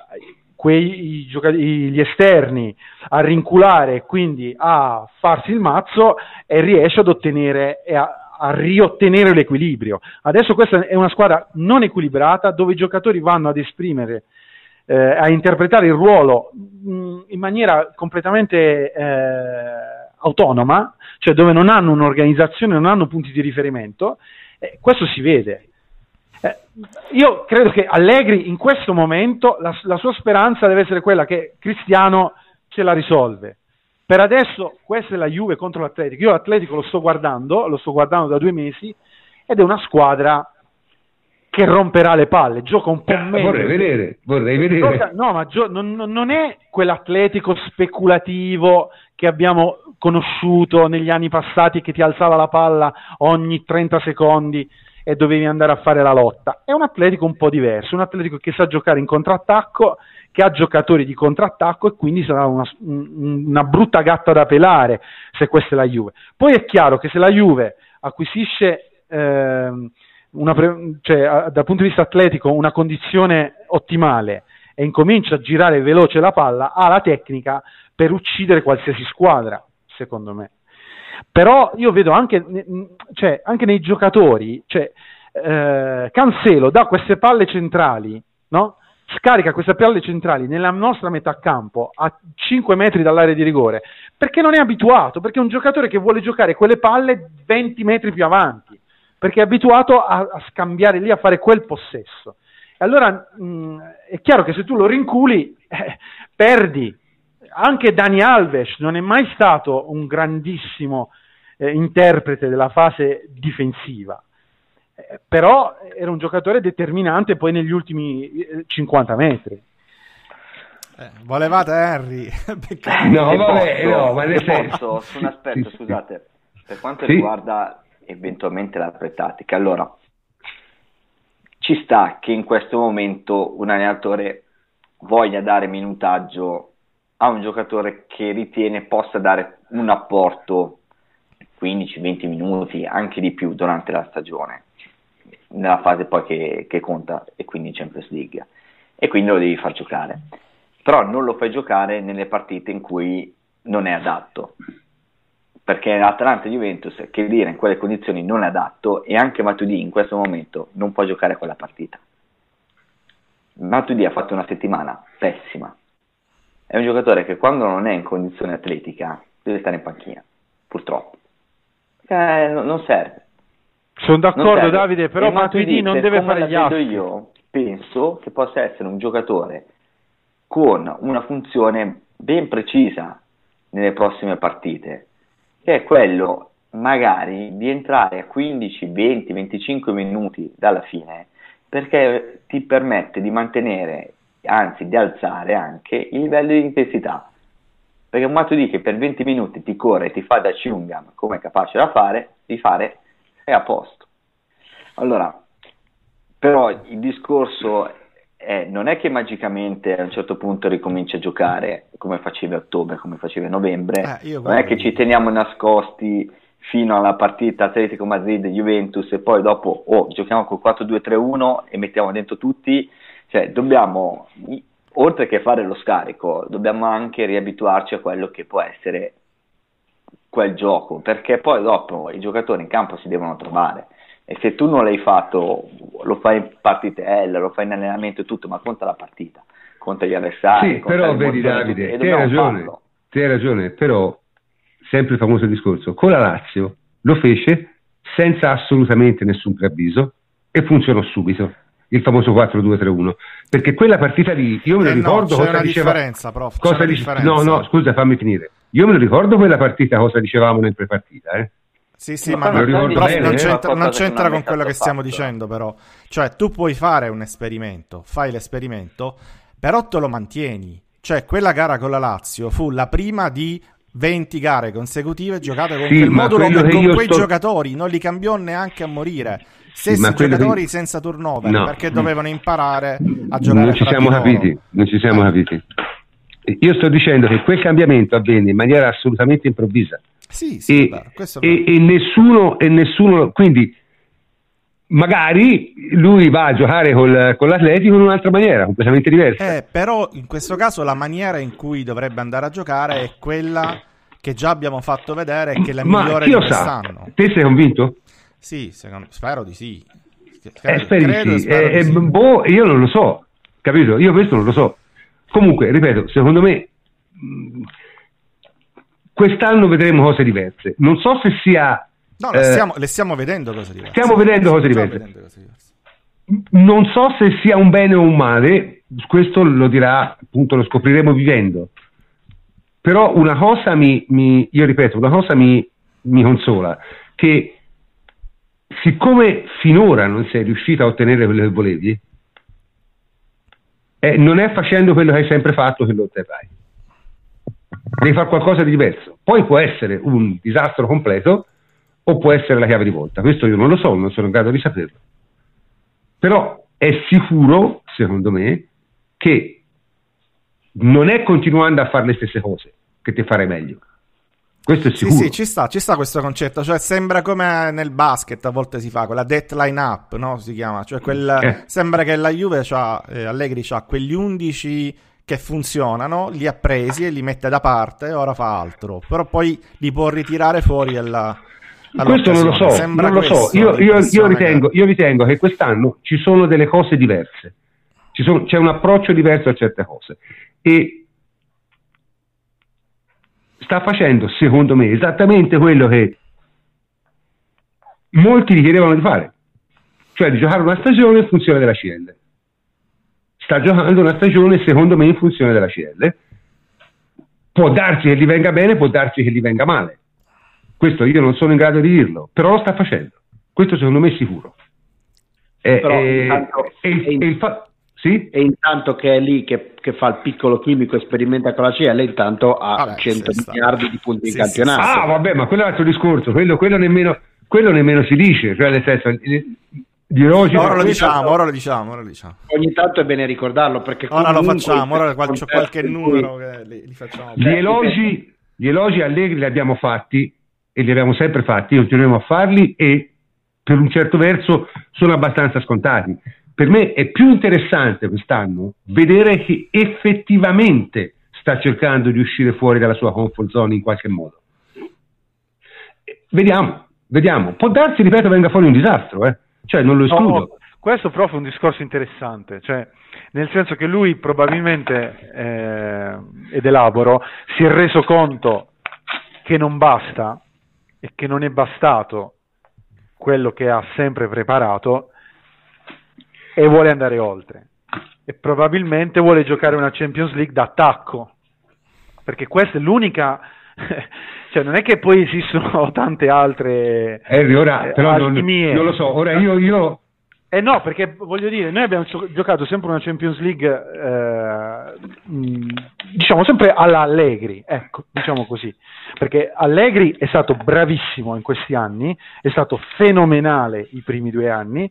quei giocatori, gli esterni a rinculare e quindi a farsi il mazzo, e riesce ad ottenere e a, a riottenere l'equilibrio. Adesso questa è una squadra non equilibrata, dove i giocatori vanno ad esprimere, eh, a interpretare il ruolo mh, in maniera completamente eh, autonoma, cioè dove non hanno un'organizzazione, non hanno punti di riferimento. Eh, questo si vede. Eh, io credo che Allegri in questo momento la, la sua speranza deve essere quella che Cristiano ce la risolve. Per adesso questa è la Juve contro l'Atletico. Io l'Atletico lo sto guardando, lo sto guardando da due mesi, ed è una squadra che romperà le palle, gioca un po' meglio. Vorrei vedere, vorrei vedere. Gioca, no, ma gio- non, non è quell'Atletico speculativo che abbiamo conosciuto negli anni passati, che ti alzava la palla ogni trenta secondi e dovevi andare a fare la lotta. È un Atletico un po' diverso, un Atletico che sa giocare in contrattacco, che ha giocatori di contrattacco, e quindi sarà una, una brutta gatta da pelare se questa è la Juve. Poi è chiaro che se la Juve acquisisce ehm, una pre- cioè, dal punto di vista atletico una condizione ottimale e incomincia a girare veloce la palla, ha la tecnica per uccidere qualsiasi squadra, secondo me. Però io vedo anche, cioè, anche nei giocatori, cioè, eh, Cancelo dà queste palle centrali, no? Scarica queste palle centrali nella nostra metà campo a cinque metri dall'area di rigore, perché non è abituato, perché è un giocatore che vuole giocare quelle palle venti metri più avanti, perché è abituato a, a scambiare lì, a fare quel possesso. E allora mh, è chiaro che se tu lo rinculi, eh, perdi. Anche Dani Alves non è mai stato un grandissimo eh, interprete della fase difensiva, eh, però era un giocatore determinante poi negli ultimi eh, cinquanta metri. Eh, volevate Henry? No, vabbè, no, ma nel senso, su un aspetto, sì, scusate, per quanto sì. riguarda eventualmente la pre-tattica, allora ci sta che in questo momento un allenatore voglia dare minutaggio a un giocatore che ritiene possa dare un apporto quindici venti minuti, anche di più, durante la stagione, nella fase poi che, che conta, e quindi in Champions League, e quindi lo devi far giocare. Però non lo fai giocare nelle partite in cui non è adatto, perché l'Atalanta Juventus, che dire, in quelle condizioni non è adatto, e anche Matuidi in questo momento non può giocare quella partita. Matuidi ha fatto una settimana pessima. È un giocatore che quando non è in condizione atletica deve stare in panchina, purtroppo. Eh, non serve. Sono d'accordo, Davide, però Matuidi non deve fare gli assi. Io penso che possa essere un giocatore con una funzione ben precisa nelle prossime partite, che è quello magari di entrare a quindici, venti, venticinque minuti dalla fine, perché ti permette di mantenere, anzi di alzare anche il livello di intensità, perché un Matuidi che per venti minuti ti corre e ti fa da chewing-gum, come è capace da fare, di fare, è a posto. Allora, però il discorso è, non è che magicamente a un certo punto ricominci a giocare come facevi a ottobre, come facevi a novembre, eh, non è che ci teniamo nascosti fino alla partita Atletico Madrid-Juventus e poi dopo oh, giochiamo col quattro due tre uno e mettiamo dentro tutti. Cioè, dobbiamo, oltre che fare lo scarico, dobbiamo anche riabituarci a quello che può essere quel gioco, perché poi dopo i giocatori in campo si devono trovare, e se tu non l'hai fatto, lo fai in partitella, lo fai in allenamento e tutto, ma conta la partita, conta gli avversari. Sì, però vedi Davide, ti hai ragione, ti hai ragione, però sempre il famoso discorso, con la Lazio lo fece senza assolutamente nessun preavviso e funzionò subito. Il famoso quattro due tre uno, perché quella partita lì io me lo eh ricordo. No, c'è cosa una diceva, differenza, prof. Cosa c'è dice, differenza. No, no, scusa, fammi finire. Io me lo ricordo quella partita, cosa dicevamo nel prepartita, eh? Sì, sì, ma, ma non, non, bene, non eh? c'entra, non c'entra con quello che stiamo fatto. dicendo, però. Cioè, tu puoi fare un esperimento, fai l'esperimento, però te lo mantieni. Cioè, quella gara con la Lazio fu la prima di venti gare consecutive giocate con sì, quel modulo e con quei sto... giocatori, non li cambiò neanche a morire. Stessi sì, giocatori che... senza turnover, no, perché dovevano imparare a giocare. Non ci siamo capiti, non ci siamo capiti. Io sto dicendo che quel cambiamento avvenne in maniera assolutamente improvvisa. Sì, sì, e, vabbè, questo e, e nessuno, e nessuno, quindi magari lui va a giocare col, con l'Atletico in un'altra maniera, completamente diversa. Eh, però in questo caso la maniera in cui dovrebbe andare a giocare è quella che già abbiamo fatto vedere e che è la Ma migliore chi di lo sa? quest'anno. Te sei convinto? Sì, secondo, spero di sì. Credo, eh, speri credo, sì. Spero eh, di sì. Boh, io non lo so, capito? Io questo non lo so. Comunque, ripeto, secondo me mh, quest'anno vedremo cose diverse. Non so se sia... No, le stiamo, eh, le stiamo vedendo cose diverse. Stiamo vedendo cose diverse. vedendo cose diverse. Non so se sia un bene o un male, questo lo dirà, appunto, lo scopriremo vivendo. Però una cosa mi, mi io ripeto, una cosa mi, mi consola, che siccome finora non sei riuscito a ottenere quello che volevi, eh, non è facendo quello che hai sempre fatto che lo otterrai. Devi fare qualcosa di diverso. Poi può essere un disastro completo o può essere la chiave di volta. Questo io non lo so, non sono in grado di saperlo. Però è sicuro, secondo me, che non è continuando a fare le stesse cose che ti farei meglio. Questo è sicuro. Sì, sì, ci sta, ci sta questo concetto, cioè sembra come nel basket a volte si fa, quella deadline up, no? Si chiama, cioè quel, eh. sembra che la Juve c'ha, eh, Allegri c'ha quegli undici che funzionano, li ha presi e li mette da parte e ora fa altro, però poi li può ritirare fuori alla, questo non lo so, sembra non lo so. Io, io, io, ritengo, che... io ritengo che quest'anno ci sono delle cose diverse, ci sono, c'è un approccio diverso a certe cose e sta facendo, secondo me, esattamente quello che molti gli chiedevano di fare, cioè di giocare una stagione in funzione della C L. Sta giocando una stagione, secondo me, in funzione della C L. Può darsi che gli venga bene, può darsi che gli venga male. Questo io non sono in grado di dirlo, però lo sta facendo. Questo secondo me è sicuro. E, però e, intanto, e, e, e, il fa- sì? e intanto che è lì che, che fa il piccolo chimico, sperimenta con la C L, intanto ha vabbè, cento miliardi di punti sì, in campionato. Sì, ah, vabbè, ma quello è un altro discorso. Quello, quello, nemmeno, quello nemmeno si dice. Cioè, nel senso, di oggi, ora lo diciamo, ora lo diciamo, ora lo diciamo. Ogni tanto è bene ricordarlo perché ora lo facciamo, ora c'è qualche numero che li, li facciamo. Gli elogi, gli elogi allegri li abbiamo fatti e li abbiamo sempre fatti, continueremo a farli e per un certo verso sono abbastanza scontati. Per me è più interessante quest'anno vedere che effettivamente sta cercando di uscire fuori dalla sua comfort zone in qualche modo. Vediamo, vediamo. Può darsi, ripeto, venga fuori un disastro, eh. Cioè non lo escludo. No, questo però è un discorso interessante, cioè nel senso che lui probabilmente, eh, ed elaboro, si è reso conto che non basta e che non è bastato quello che ha sempre preparato e vuole andare oltre e probabilmente vuole giocare una Champions League d'attacco, perché questa è l'unica cioè non è che poi esistono tante altre eh, ora, però non, non lo so, ora io, io... Eh no, perché voglio dire, noi abbiamo giocato sempre una Champions League, eh, diciamo sempre alla Allegri, ecco, diciamo così, perché Allegri è stato bravissimo in questi anni, è stato fenomenale i primi due anni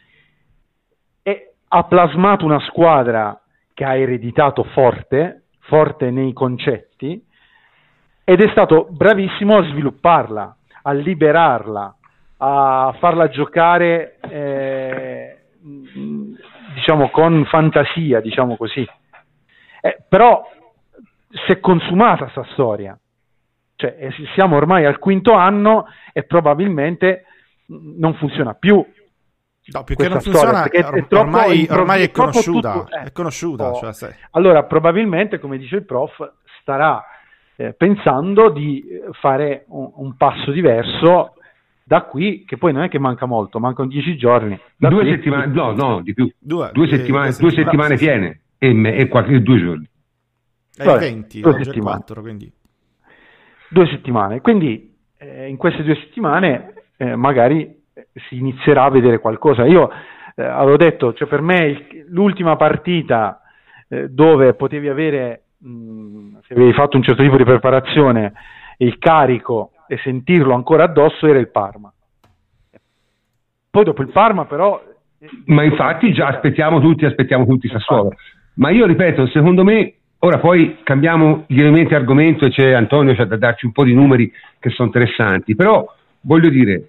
e ha plasmato una squadra che ha ereditato forte, forte nei concetti, ed è stato bravissimo a svilupparla, a liberarla, a farla giocare eh, diciamo con fantasia, diciamo così. Eh, però si è consumata sta storia, cioè eh, siamo ormai al quinto anno e probabilmente non funziona più. No, più che non funziona, storia, or- è troppo, ormai, ormai è conosciuta, tutto, eh, è conosciuta. Oh. Cioè, se... Allora probabilmente, come dice il prof, starà eh, pensando di fare un, un passo diverso da qui, che poi non è che manca molto, mancano dieci giorni. Due qui, settimane, no, no, di più. Due, due, settimane, due settimane piene e, me, e qualche, due giorni. È il venti, due settimane. quattro, quindi. Due settimane. Quindi eh, in queste due settimane eh, magari si inizierà a vedere qualcosa. Io eh, avevo detto, cioè per me il, l'ultima partita eh, dove potevi avere mh, se avevi fatto un certo tipo di preparazione, il carico e sentirlo ancora addosso era il Parma. Poi dopo il Parma però... Ma infatti già aspettiamo tutti, aspettiamo tutti Sassuolo. Ma io ripeto, secondo me, ora poi cambiamo lievemente argomento e c'è Antonio c'è da darci un po' di numeri che sono interessanti, però voglio dire,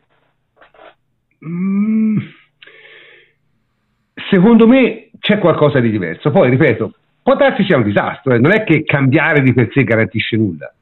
mm, secondo me c'è qualcosa di diverso. Poi ripeto, può darsi sia un disastro, eh. Non è che cambiare di per sé garantisce nulla,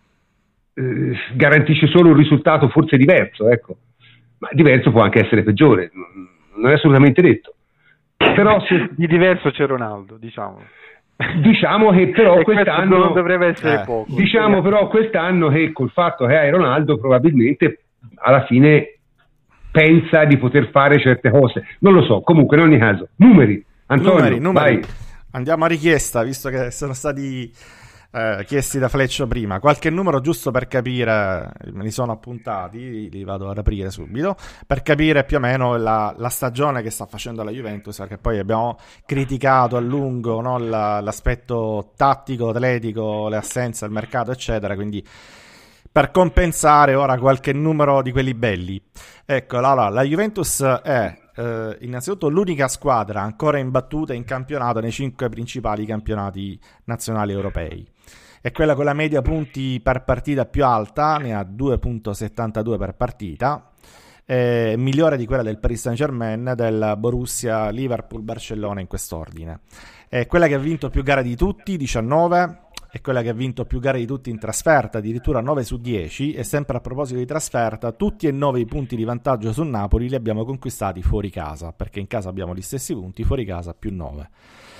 eh, garantisce solo un risultato forse diverso, ecco, ma diverso può anche essere peggiore, non è assolutamente detto. Però se... di diverso c'è Ronaldo, diciamo. Diciamo che però quest'anno non dovrebbe essere eh, poco. Diciamo però quest'anno che col fatto che hai Ronaldo probabilmente alla fine pensa di poter fare certe cose. Non lo so, comunque in ogni caso. Numeri, Antonio, numeri, numeri. vai. Andiamo a richiesta, visto che sono stati eh, chiesti da Fleccio prima. Qualche numero giusto per capire, me li sono appuntati, li vado ad aprire subito, per capire più o meno la, la stagione che sta facendo la Juventus, perché poi abbiamo criticato a lungo, no, la, l'aspetto tattico, atletico, le assenze, il mercato, eccetera, quindi per compensare ora qualche numero di quelli belli. Ecco, allora, la Juventus è eh, innanzitutto l'unica squadra ancora imbattuta in campionato nei cinque principali campionati nazionali europei. È quella con la media punti per partita più alta, ne ha due virgola settantadue per partita, è migliore di quella del Paris Saint-Germain, del Borussia, Liverpool, Barcellona in quest'ordine. È quella che ha vinto più gare di tutti, diciannove, è quella che ha vinto più gare di tutti in trasferta, addirittura nove su dieci, e sempre a proposito di trasferta, tutti e nove i punti di vantaggio su Napoli li abbiamo conquistati fuori casa, perché in casa abbiamo gli stessi punti, fuori casa più nove.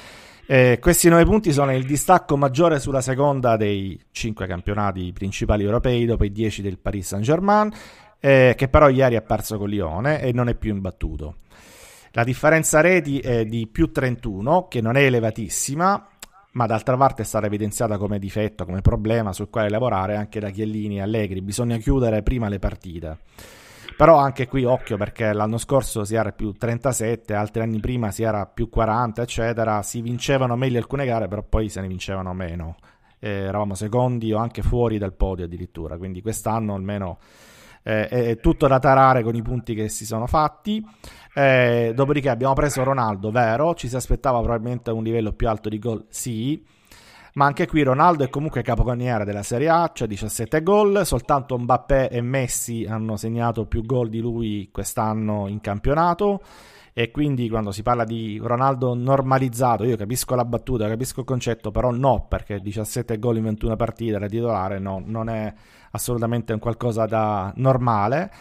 Eh, questi nove punti sono il distacco maggiore sulla seconda dei cinque campionati principali europei, dopo i dieci del Paris Saint-Germain, eh, che però ieri ha perso con Lione e non è più imbattuto. La differenza reti è di più trentuno, che non è elevatissima, ma d'altra parte è stata evidenziata come difetto, come problema sul quale lavorare anche da Chiellini e Allegri. Bisogna chiudere prima le partite. Però anche qui occhio, perché l'anno scorso si era più trentasette, altri anni prima si era più quaranta, eccetera. Si vincevano meglio alcune gare, però poi se ne vincevano meno. Eh, eravamo secondi o anche fuori dal podio addirittura, quindi quest'anno almeno eh, è tutto da tarare con i punti che si sono fatti. Eh, dopodiché abbiamo preso Ronaldo, vero, ci si aspettava probabilmente un livello più alto di gol, sì, ma anche qui Ronaldo è comunque capocannoniere della Serie A, cioè diciassette gol, soltanto Mbappé e Messi hanno segnato più gol di lui quest'anno in campionato, e quindi quando si parla di Ronaldo normalizzato, io capisco la battuta, capisco il concetto, però no, perché diciassette gol in ventuno partite da titolare no, non è assolutamente un qualcosa da normale.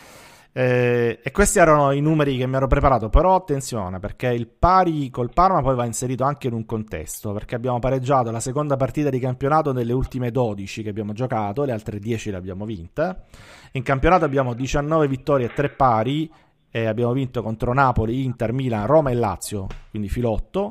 Eh, e questi erano i numeri che mi ero preparato, però attenzione, perché il pari col Parma poi va inserito anche in un contesto, perché abbiamo pareggiato la seconda partita di campionato nelle ultime dodici che abbiamo giocato, le altre dieci le abbiamo vinte. In campionato abbiamo diciannove vittorie e tre pari, e abbiamo vinto contro Napoli, Inter, Milan, Roma e Lazio, quindi filotto.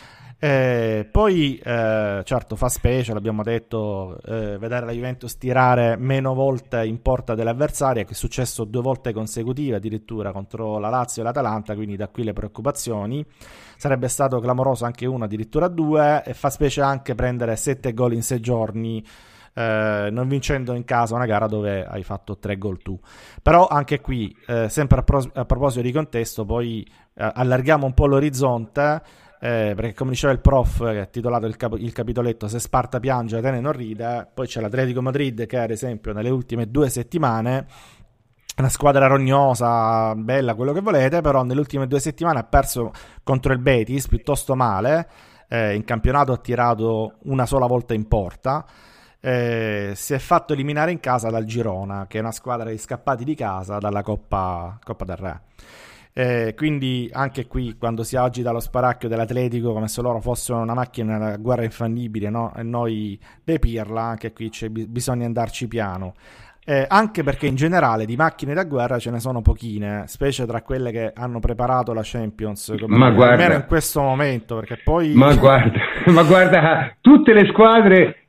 Eh, poi eh, certo fa specie, l'abbiamo detto, eh, vedere la Juventus tirare meno volte in porta dell'avversaria, che è successo due volte consecutive addirittura contro la Lazio e l'Atalanta, quindi da qui le preoccupazioni. Sarebbe stato clamoroso anche uno, addirittura due, e fa specie anche prendere sette gol in sei giorni, eh, non vincendo in casa una gara dove hai fatto tre gol tu. Però anche qui eh, sempre a, pros- a proposito di contesto, poi eh, allarghiamo un po' l'orizzonte. Eh, perché come diceva il prof che ha titolato il, cap- il capitoletto "Se Sparta piange Atene non ride", poi c'è l'Atletico Madrid che ad esempio nelle ultime due settimane è una squadra rognosa, bella, quello che volete, però nelle ultime due settimane ha perso contro il Betis piuttosto male, eh, in campionato ha tirato una sola volta in porta, eh, si è fatto eliminare in casa dal Girona, che è una squadra di scappati di casa dalla Coppa, Coppa del Re. Eh, quindi anche qui quando si agita lo sparacchio dell'Atletico come se loro fossero una macchina da guerra infallibile, no? E noi dei pirla, anche qui c'è, bisogna andarci piano, eh, anche perché in generale di macchine da guerra ce ne sono pochine, specie tra quelle che hanno preparato la Champions, come ma guarda, almeno in questo momento, perché poi ma guarda, ma guarda tutte le squadre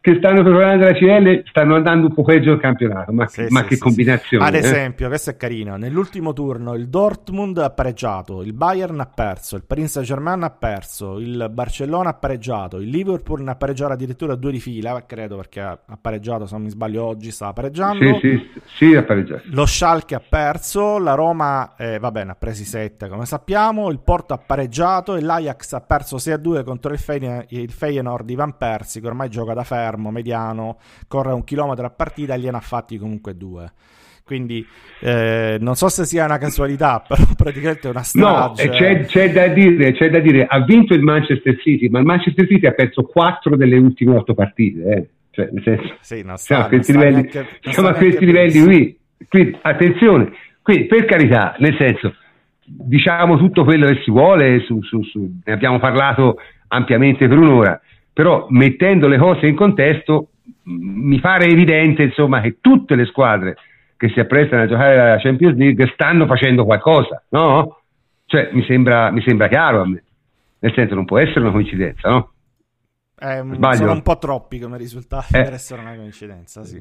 che stanno preparando la C L stanno andando un po' peggio il campionato, ma, sì, ma sì, che sì, combinazione. Sì. Ad eh? esempio, questo è carino, nell'ultimo turno il Dortmund ha pareggiato, il Bayern ha perso, il Paris Saint-Germain ha perso, il Barcellona ha pareggiato, il Liverpool ne ha pareggiato addirittura due di fila, credo, perché ha pareggiato, se non mi sbaglio oggi stava pareggiando. Sì, sì, sì, ha pareggiato. Lo Schalke ha perso, la Roma eh, vabbè, ne ha presi sette come sappiamo, il Porto ha pareggiato e l'Ajax ha perso sei a due contro il, Fey- il Feyenoord di Van Persie, che ormai gioca da fermo, mediano, corre un chilometro a partita e gliene ha fatti comunque due. Quindi eh, non so se sia una casualità, però praticamente è una strage. No, c'è, c'è da dire, c'è da dire, ha vinto il Manchester City, ma il Manchester City ha perso quattro delle ultime otto partite, eh. Cioè, nel senso, sì, non sta, siamo a questi non livelli, neanche, siamo a questi livelli qui. Quindi attenzione, qui per carità, nel senso, diciamo tutto quello che si vuole, su, su, su, ne abbiamo parlato ampiamente per un'ora, però mettendo le cose in contesto mi pare evidente, insomma, che tutte le squadre che si apprestano a giocare la Champions League stanno facendo qualcosa, no? Cioè mi sembra, mi sembra chiaro a me, nel senso non può essere una coincidenza, no? Eh, sono un po' troppi come risultati eh. per essere una coincidenza, sì.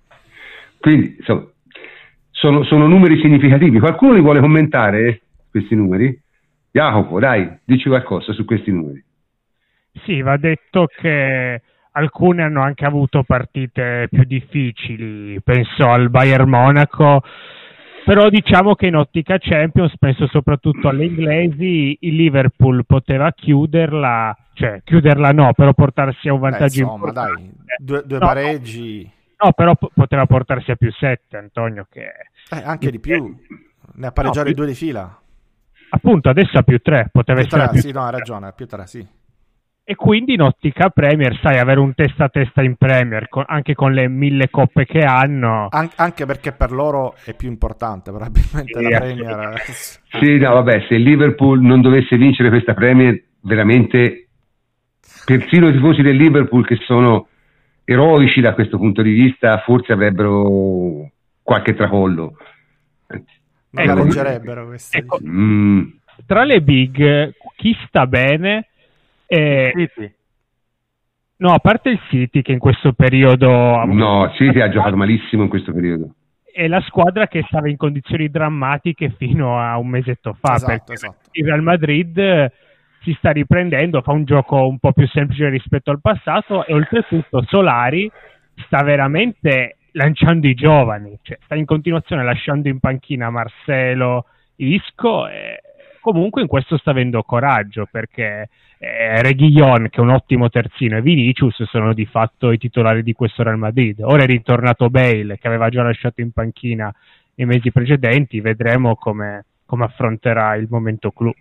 Quindi insomma sono, sono numeri significativi. Qualcuno li vuole commentare questi numeri? Jacopo, dai, dici qualcosa su questi numeri. Sì, va detto che alcune hanno anche avuto partite più difficili, penso al Bayern Monaco, però diciamo che in ottica Champions, penso soprattutto alle inglesi, il Liverpool poteva chiuderla, cioè chiuderla no, però portarsi a un vantaggio eh, insomma, importante. Dai, due, due no, pareggi. No, però p- poteva portarsi a più sette, Antonio, che... Eh, anche di più, ne ha pareggiato no, due di fila. Appunto, adesso a più tre, poteva più essere tre, più sì, no, hai ragione, a più tre, sì. E quindi in ottica Premier, sai, avere un testa a testa in Premier, con, anche con le mille coppe che hanno... An- anche perché per loro è più importante, probabilmente, sì, la Premier. Sì, no, vabbè, se il Liverpool non dovesse vincere questa Premier, veramente, persino i tifosi del Liverpool, che sono eroici da questo punto di vista, forse avrebbero qualche tracollo. Non la reggerebbero questa. Ecco, mm. Tra le big, chi sta bene... Eh, City. No, a parte il City che in questo periodo ha no, il City ha giocato malissimo in questo periodo, è la squadra che stava in condizioni drammatiche fino a un mesetto fa, esatto, perché esatto. il Real Madrid si sta riprendendo, fa un gioco un po' più semplice rispetto al passato e oltretutto Solari sta veramente lanciando i giovani, cioè sta in continuazione lasciando in panchina Marcelo, Isco e comunque in questo sta avendo coraggio, perché eh, Reguilón, che è un ottimo terzino, e Vinicius sono di fatto i titolari di questo Real Madrid. Ora è ritornato Bale, che aveva già lasciato in panchina nei mesi precedenti, vedremo come, come affronterà il momento clou.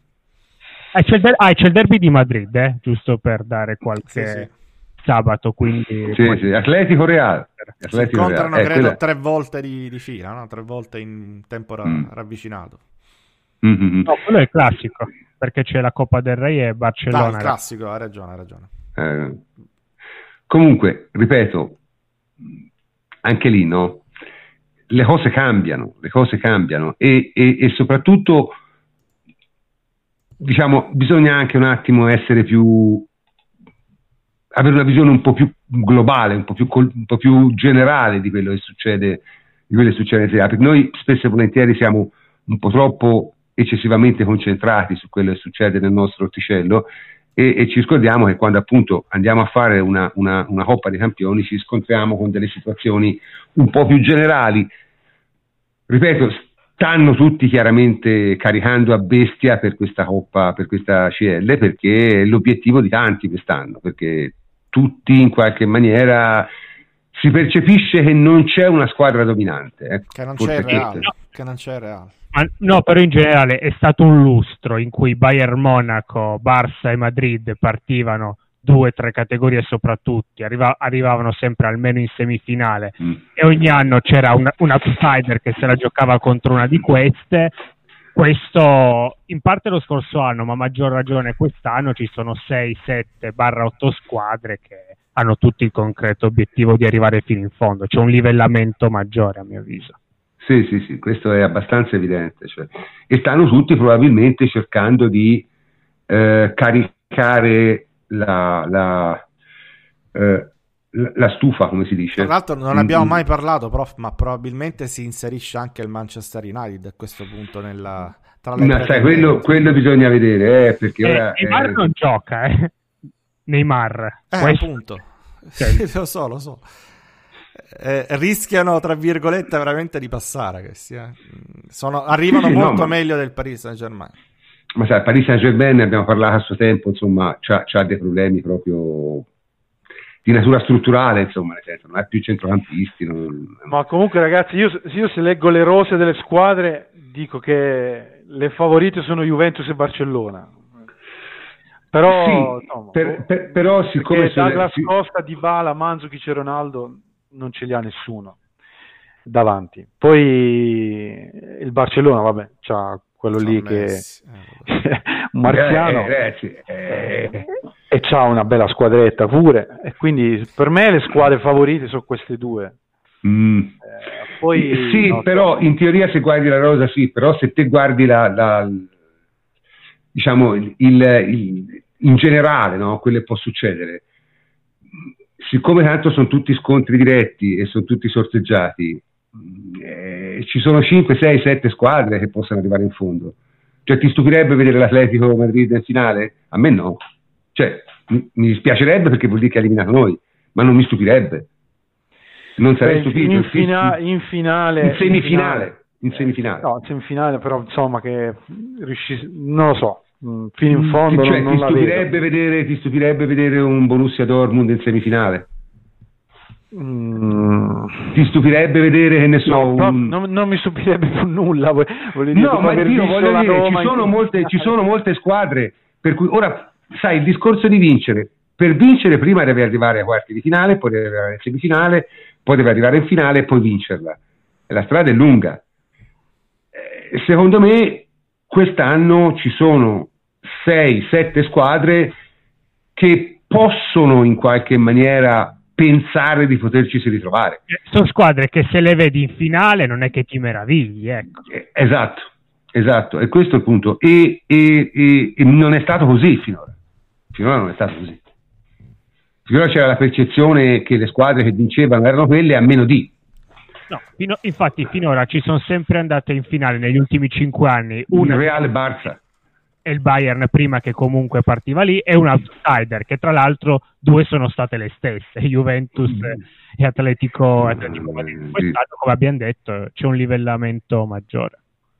Ah, c'è il, der- ah, c'è il derby di Madrid, eh? Giusto per dare qualche... Sì, sì. Sabato, quindi sì, sì. Atletico Real si incontrano Real. Eh, credo quella... tre volte di, di fila, no? Tre volte in tempo ra- mm. ravvicinato. Mm-hmm. No, quello è il classico, perché c'è la Coppa del Re e Barcellona. No, il classico, hai ragione, hai ragione. Eh, comunque, ripeto, anche lì, no? Le cose cambiano, le cose cambiano e, e, e soprattutto, diciamo, bisogna anche un attimo essere più, avere una visione un po' più globale, un po' più, un po' più generale di quello che succede, di quello che succede in Serie A, perché noi spesso e volentieri siamo un po' troppo eccessivamente concentrati su quello che succede nel nostro orticello e, e ci scordiamo che quando appunto andiamo a fare una, una, una Coppa dei Campioni ci scontriamo con delle situazioni un po' più generali. Ripeto, stanno tutti chiaramente caricando a bestia per questa Coppa, per questa C L, perché è l'obiettivo di tanti quest'anno, perché tutti in qualche maniera si percepisce che non c'è una squadra dominante, eh. che non c'è il Real, no. che non c'è il Real. Ma no, però in generale è stato un lustro in cui Bayern Monaco, Barça e Madrid partivano due o tre categorie soprattutto, arriva, arrivavano sempre almeno in semifinale mm. e ogni anno c'era un, un outsider che se la giocava contro una di queste. Questo in parte lo scorso anno, ma a maggior ragione quest'anno ci sono sei, sette barra otto squadre che hanno tutti il concreto obiettivo di arrivare fino in fondo. C'è un livellamento maggiore a mio avviso. Sì, sì, sì, questo è abbastanza evidente, cioè, e stanno tutti probabilmente cercando di eh, caricare la, la, eh, la stufa, come si dice. Tra l'altro non abbiamo mai parlato, prof, ma probabilmente si inserisce anche il Manchester United a questo punto nella... Tra le ma sai, quello, quello bisogna vedere, eh, perché eh, ora... Neymar eh... non gioca, eh. Neymar. Eh, Questo... appunto. Sì, lo so, lo so. Eh, rischiano, tra virgolette, veramente di passare. Che sia. Sono, arrivano sì, sì, molto no, ma... meglio del Paris Saint-Germain. Ma sai, Paris Saint-Germain, ne abbiamo parlato a suo tempo, insomma, c'ha, c'ha dei problemi proprio di natura strutturale, insomma, nel senso, non ha più centrocampisti. Non... Ma comunque, ragazzi, io, io se leggo le rose delle squadre, dico che le favorite sono Juventus e Barcellona. Però, sì, insomma, per, per, però siccome Douglas si... Costa, Dybala, Mandzukic e Ronaldo non ce li ha nessuno davanti. Poi il Barcellona, vabbè, c'ha quello lì che un marziano eh, eh, eh. e c'ha una bella squadretta pure, e quindi per me le squadre favorite sono queste due. Mm. Eh, poi, sì, no, però in teoria se guardi la rosa sì, però se te guardi la, la diciamo il, il, in generale, no, quello che può succedere, siccome tanto sono tutti scontri diretti e sono tutti sorteggiati, eh, ci sono cinque, sei, sette squadre che possono arrivare in fondo. Cioè, ti stupirebbe vedere l'Atletico Madrid in finale? A me no. Cioè, mi, mi dispiacerebbe perché vuol dire che ha eliminato noi, ma non mi stupirebbe. Non sarei Beh, stupito. In, fina- in finale, in semifinale, in semifinale. No, in semifinale, però insomma che riuscisse, non lo so. Fino in fondo cioè, non, non ti, stupirebbe vedere, ti stupirebbe vedere un Borussia Dortmund in semifinale? Mm. Ti stupirebbe vedere, che ne so, no, un... non, non mi stupirebbe più nulla. Voglio dire, no, ma io voglio dire, ci sono, in... molte, ci sono molte squadre per cui ora sai il discorso di vincere. Per vincere prima devi arrivare ai quarti di finale, poi devi arrivare in semifinale, poi devi arrivare in finale e poi vincerla. E la strada è lunga. Eh, secondo me quest'anno ci sono sei sette squadre che possono in qualche maniera pensare di poterci ritrovare. Sono squadre che se le vedi in finale non è che ti meravigli, ecco. Eh, esatto, esatto, e questo è il punto. E, e, e, e non è stato così finora. Finora non è stato così. Finora c'era la percezione che le squadre che vincevano erano quelle a meno di. No, fino, infatti finora ci sono sempre andate in finale negli ultimi cinque anni. Una il Real Barça. E il Bayern prima, che comunque partiva lì, e un outsider che tra l'altro due sono state le stesse, Juventus mm. e Atletico, Atletico Madrid. Quest'anno, come abbiamo detto, c'è un livellamento maggiore.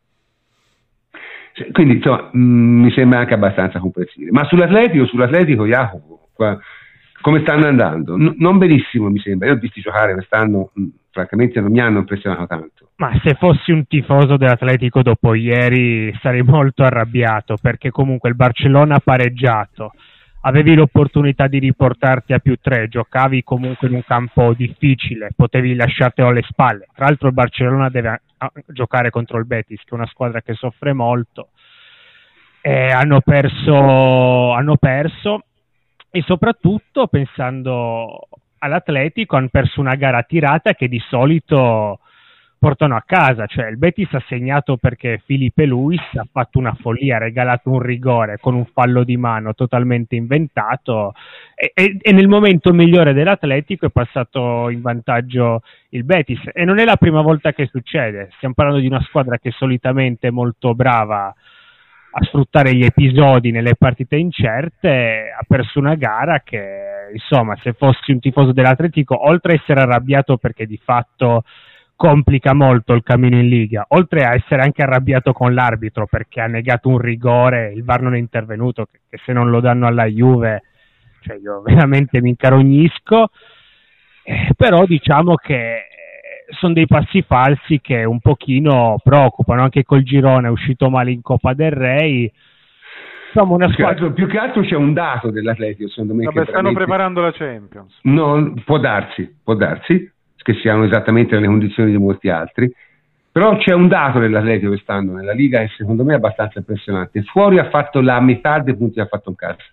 Quindi insomma mh, mi sembra anche abbastanza comprensibile. Ma sull'Atletico, sull'Atletico Jacopo, qua, come stanno andando? N- non benissimo mi sembra. Io ho visto giocare quest'anno, mh, francamente non mi hanno impressionato tanto. Ma se fossi un tifoso dell'Atletico dopo ieri sarei molto arrabbiato, perché comunque il Barcellona ha pareggiato, avevi l'opportunità di riportarti a più tre, giocavi comunque in un campo difficile, potevi lasciartelo alle spalle. Tra l'altro il Barcellona deve a- a giocare contro il Betis, che è una squadra che soffre molto, e hanno perso, hanno perso e soprattutto, pensando all'Atletico, hanno perso una gara tirata che di solito portano a casa. Cioè il Betis ha segnato perché Filipe Luis ha fatto una follia, ha regalato un rigore con un fallo di mano totalmente inventato, e, e, e nel momento migliore dell'Atletico è passato in vantaggio il Betis, e non è la prima volta che succede. Stiamo parlando di una squadra che solitamente è molto brava a sfruttare gli episodi nelle partite incerte. Ha perso una gara che, insomma, se fossi un tifoso dell'Atletico, oltre a essere arrabbiato perché di fatto complica molto il cammino in Liga, oltre a essere anche arrabbiato con l'arbitro perché ha negato un rigore, il V A R non è intervenuto, che, che se non lo danno alla Juve, cioè io veramente mi incarognisco, eh, però diciamo che sono dei passi falsi che un pochino preoccupano. Anche col girone è uscito male in Coppa del Re. Insomma, una più, squadra... che altro, più che altro c'è un dato dell'Atletico, secondo me. Vabbè, che stanno veramente... preparando la Champions. No, può darsi, può darsi che siano esattamente nelle condizioni di molti altri, però c'è un dato dell'Atletico quest'anno nella Liga che secondo me è abbastanza impressionante. Fuori ha fatto la metà dei punti che ha fatto in casa.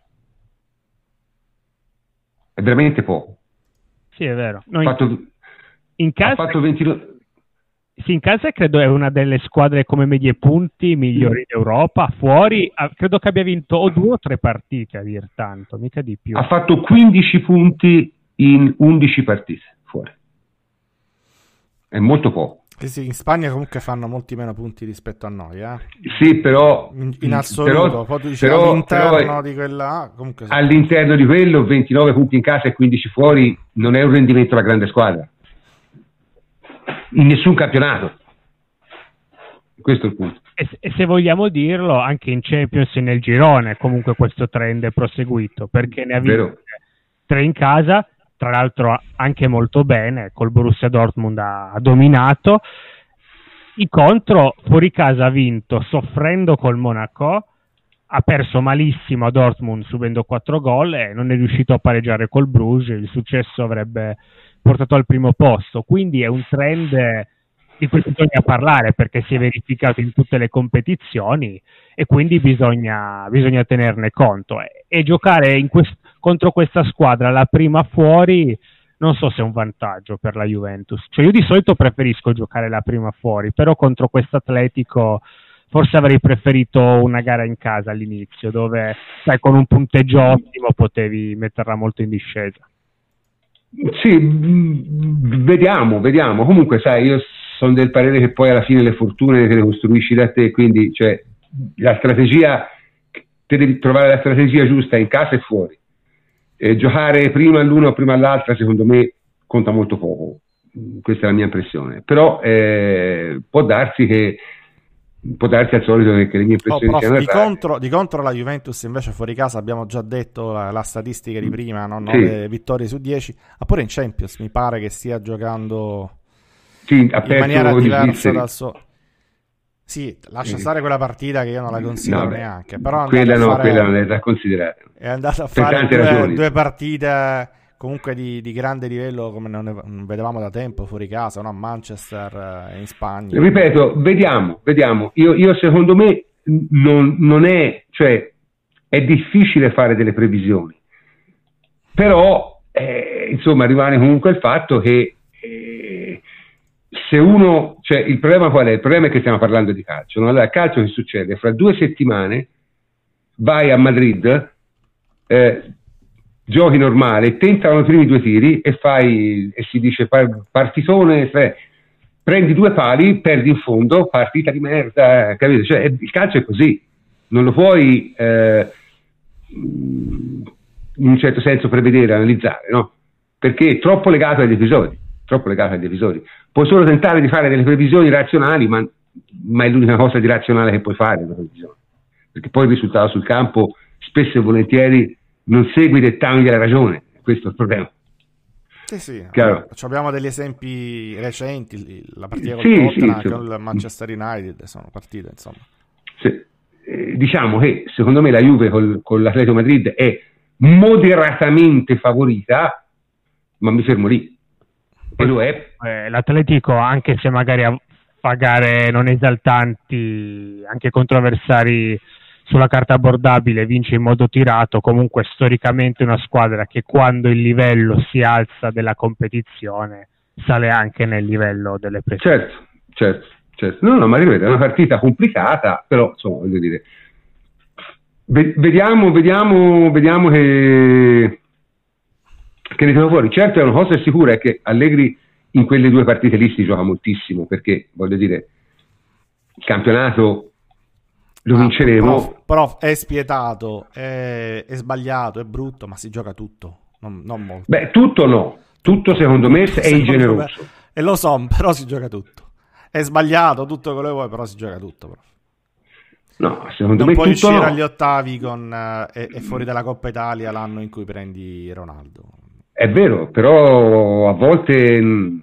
È veramente poco. Sì, è vero. No, ha fatto... in... In casa, ha fatto venti... sì, in casa credo è una delle squadre come medie punti migliori d'Europa. Fuori credo che abbia vinto o due o tre partite, a dir tanto, mica di più. Ha fatto quindici punti in undici partite fuori. È molto poco. Eh sì, in Spagna comunque fanno molti meno punti rispetto a noi, eh? Sì, però in, in assoluto, però, poi tu dici però, all'interno però, di quella comunque sì. All'interno di quello ventinove punti in casa e quindici fuori non è un rendimento alla grande squadra in nessun campionato. Questo è il punto. E, e se vogliamo dirlo, anche in Champions e nel girone comunque questo trend è proseguito, perché ne ha vinte tre in casa, tra l'altro anche molto bene, col Borussia Dortmund ha, ha dominato. I contro, fuori casa ha vinto soffrendo col Monaco, ha perso malissimo a Dortmund subendo quattro gol e non è riuscito a pareggiare col Bruges, il successo avrebbe portato al primo posto, quindi è un trend di cui bisogna parlare perché si è verificato in tutte le competizioni e quindi bisogna, bisogna tenerne conto e, e giocare in quest- contro questa squadra la prima fuori non so se è un vantaggio per la Juventus, cioè io di solito preferisco giocare la prima fuori, però contro questo Atletico forse avrei preferito una gara in casa all'inizio dove sai con un punteggio ottimo potevi metterla molto in discesa. Sì, vediamo, vediamo. Comunque sai, io sono del parere che poi alla fine le fortune te le costruisci da te, quindi cioè, la strategia, te devi trovare la strategia giusta in casa e fuori. E giocare prima all'una o prima all'altra secondo me conta molto poco, questa è la mia impressione, però eh, può darsi che può darsi al solito che le mie impressioni oh, siano di contro, di contro la Juventus invece fuori casa abbiamo già detto la, la statistica di prima, no? nove sì. vittorie su dieci, ma pure in Champions mi pare che stia giocando sì, in maniera diversa dal suo. Sì, lascia sì. stare quella partita che io non la considero no, neanche, però quella no, fare, quella non è da considerare. È andato a fare due, due partite comunque di, di grande livello come non, ne, non vedevamo da tempo fuori casa, no? A Manchester e in Spagna. Ripeto, vediamo, vediamo. Io, io secondo me non, non è, cioè è difficile fare delle previsioni, però eh, insomma rimane comunque il fatto che eh, se uno, cioè il problema qual è? Il problema è che stiamo parlando di calcio, no? Allora il calcio che succede? Fra due settimane vai a Madrid, eh, giochi normale, tentano i primi due tiri e fai, e si dice partitone, cioè, prendi due pali, perdi in fondo, partita di merda, capito? Cioè, il calcio è così, non lo puoi eh, in un certo senso prevedere, analizzare, no? Perché è troppo legato agli episodi, troppo legato agli episodi. Puoi solo tentare di fare delle previsioni razionali, ma, ma è l'unica cosa di razionale che puoi fare, le previsioni. Perché poi il risultato sul campo spesso e volentieri non segui i dettagli della ragione, questo è il problema. Sì, sì, allora, abbiamo degli esempi recenti, la partita con sì, Tottenham, sì, con il Manchester United, sono partite, insomma. Sì. Eh, diciamo che secondo me la Juve col, con l'Atletico Madrid è moderatamente favorita, ma mi fermo lì. E lo è. Eh, L'Atletico, anche se magari fa gare non esaltanti, anche contro avversari sulla carta abbordabile, vince in modo tirato, comunque storicamente una squadra che quando il livello si alza della competizione sale anche nel livello delle prestazioni. Certo, certo, certo. No, no, ma ripeto, è una partita complicata, però insomma, voglio dire, vediamo, vediamo, vediamo che che ne tira fuori. Certo, è una cosa sicura, è che Allegri in quelle due partite lì si gioca moltissimo, perché voglio dire, il campionato lo ah, vinceremo. Prof, prof, è spietato, è, è sbagliato, è brutto, ma si gioca tutto, non, non molto. Beh, tutto no, tutto secondo me è ingeneroso. E lo so, però si gioca tutto. È sbagliato, tutto quello che vuoi, però si gioca tutto, prof. No, secondo non me puoi tutto uscire no. agli ottavi con, uh, e, e fuori dalla Coppa Italia l'anno in cui prendi Ronaldo. È vero, però a volte...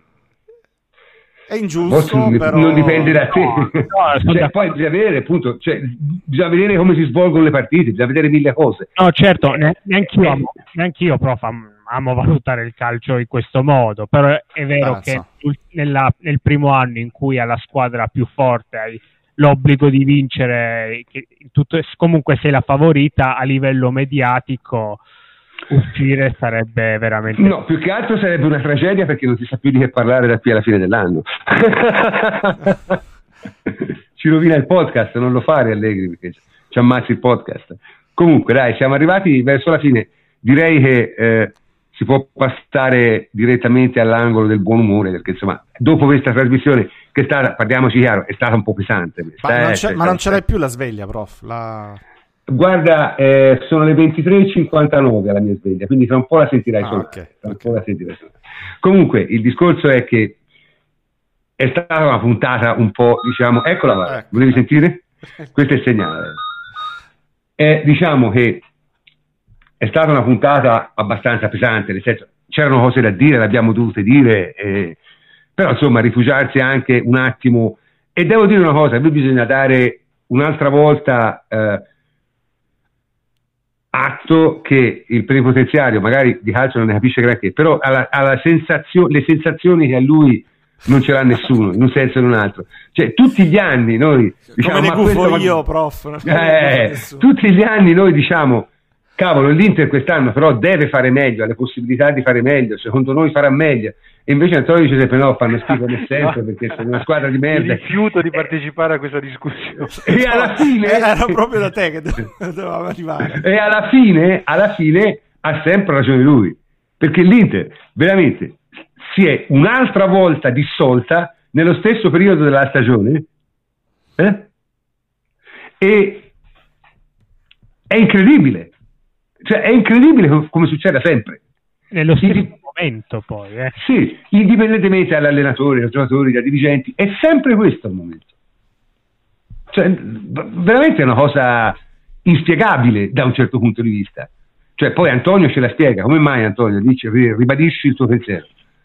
È ingiusto, non, però... non dipende da te. No, no, cioè, poi bisogna vedere, appunto, cioè, bisogna vedere come si svolgono le partite, bisogna vedere mille cose. No, certo, ne, neanch'io, amo, neanch'io prof, am, amo valutare il calcio in questo modo, però è vero ah, che so. nella, nel primo anno in cui alla squadra più forte hai l'obbligo di vincere, che tutto, comunque sei la favorita a livello mediatico, uscire sarebbe veramente... No, più che altro sarebbe una tragedia, perché non si sa più di che parlare da qui alla fine dell'anno. Ci rovina il podcast, non lo fare Allegri, perché ci ammazzi il podcast. Comunque dai, siamo arrivati verso la fine. Direi che eh, si può passare direttamente all'angolo del buon umore, perché insomma dopo questa trasmissione che è stata, parliamoci chiaro, è stata un po' pesante. Ma, non, c'è, ma non ce l'hai più la sveglia, prof? La... Guarda, eh, sono le ventitré e cinquantanove alla mia sveglia, quindi tra un po' la sentirai ah, suonare. Okay, tra un okay. po' la sentirai suonare. Comunque, il discorso è che è stata una puntata un po', diciamo, eccola, va, ecco, volevi ecco. sentire? Questo è il segnale. Eh, diciamo che è stata una puntata abbastanza pesante, nel senso, c'erano cose da dire, le abbiamo dovute dire, eh, però insomma rifugiarsi anche un attimo. E devo dire una cosa, a lui bisogna dare un'altra volta eh, atto che il plenipotenziario magari di calcio non ne capisce granché, però alla, alla sensazio- le sensazioni che a lui non ce l'ha nessuno, in un senso o in un altro. Cioè tutti gli anni noi diciamo, come ne ma gufo questo, io, prof. Eh, tutti gli anni noi diciamo, cavolo, l'Inter quest'anno però deve fare meglio, ha le possibilità di fare meglio, secondo noi farà meglio, e invece Antonio dice sempre no, fanno schifo come sempre, no, perché sono una squadra di merda. Mi rifiuto di partecipare a questa discussione. E alla fine era proprio da te che dovevamo arrivare. E alla fine, alla fine ha sempre ragione lui, perché l'Inter veramente si è un'altra volta dissolta nello stesso periodo della stagione, eh? E è incredibile, cioè è incredibile come succede sempre nello stesso Indi- momento poi eh. Sì, indipendentemente dall'allenatore, dai giocatori, dai dirigenti, è sempre questo il momento, cioè veramente è una cosa inspiegabile da un certo punto di vista. Cioè poi Antonio ce la spiega, come mai Antonio? Dice, ribadisci il tuo pensiero.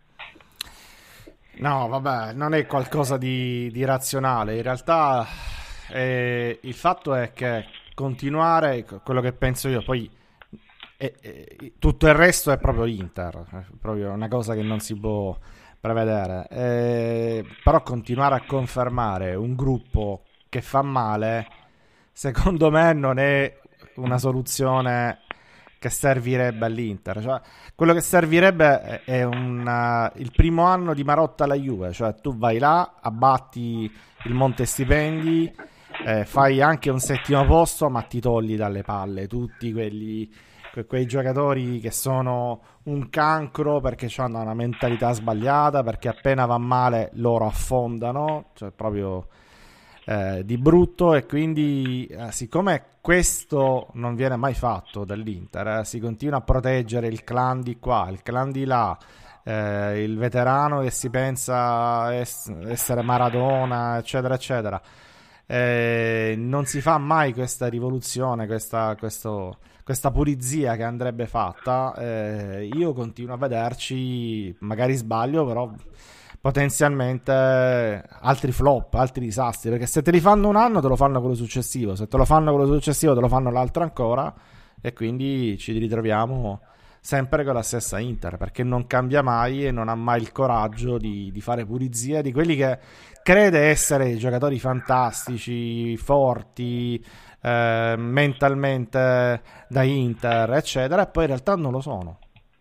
No, vabbè, non è qualcosa di, di razionale. In realtà eh, il fatto è che continuare, quello che penso io, poi eh, eh, tutto il resto è proprio Inter, è proprio una cosa che non si può prevedere. Eh, però continuare a confermare un gruppo che fa male, secondo me non è una soluzione che servirebbe all'Inter. Cioè, quello che servirebbe è una, il primo anno di Marotta alla Juve, cioè tu vai là, abbatti il monte stipendi, eh, fai anche un settimo posto, ma ti togli dalle palle tutti quelli, que- quei giocatori che sono un cancro perché hanno una mentalità sbagliata, perché appena va male loro affondano, cioè proprio eh, di brutto. E quindi eh, siccome questo non viene mai fatto dall'Inter, eh, si continua a proteggere il clan di qua, il clan di là, eh, il veterano che si pensa es- essere Maradona, eccetera eccetera, eh, non si fa mai questa rivoluzione, questa, questo, questa pulizia che andrebbe fatta. Eh, io continuo a vederci, magari sbaglio, però potenzialmente altri flop, altri disastri, perché se te li fanno un anno te lo fanno quello successivo, se te lo fanno quello successivo te lo fanno l'altro ancora, e quindi ci ritroviamo sempre con la stessa Inter, perché non cambia mai e non ha mai il coraggio di, di fare pulizia di quelli che crede essere giocatori fantastici, forti, eh, mentalmente da Inter eccetera, e poi in realtà non lo sono.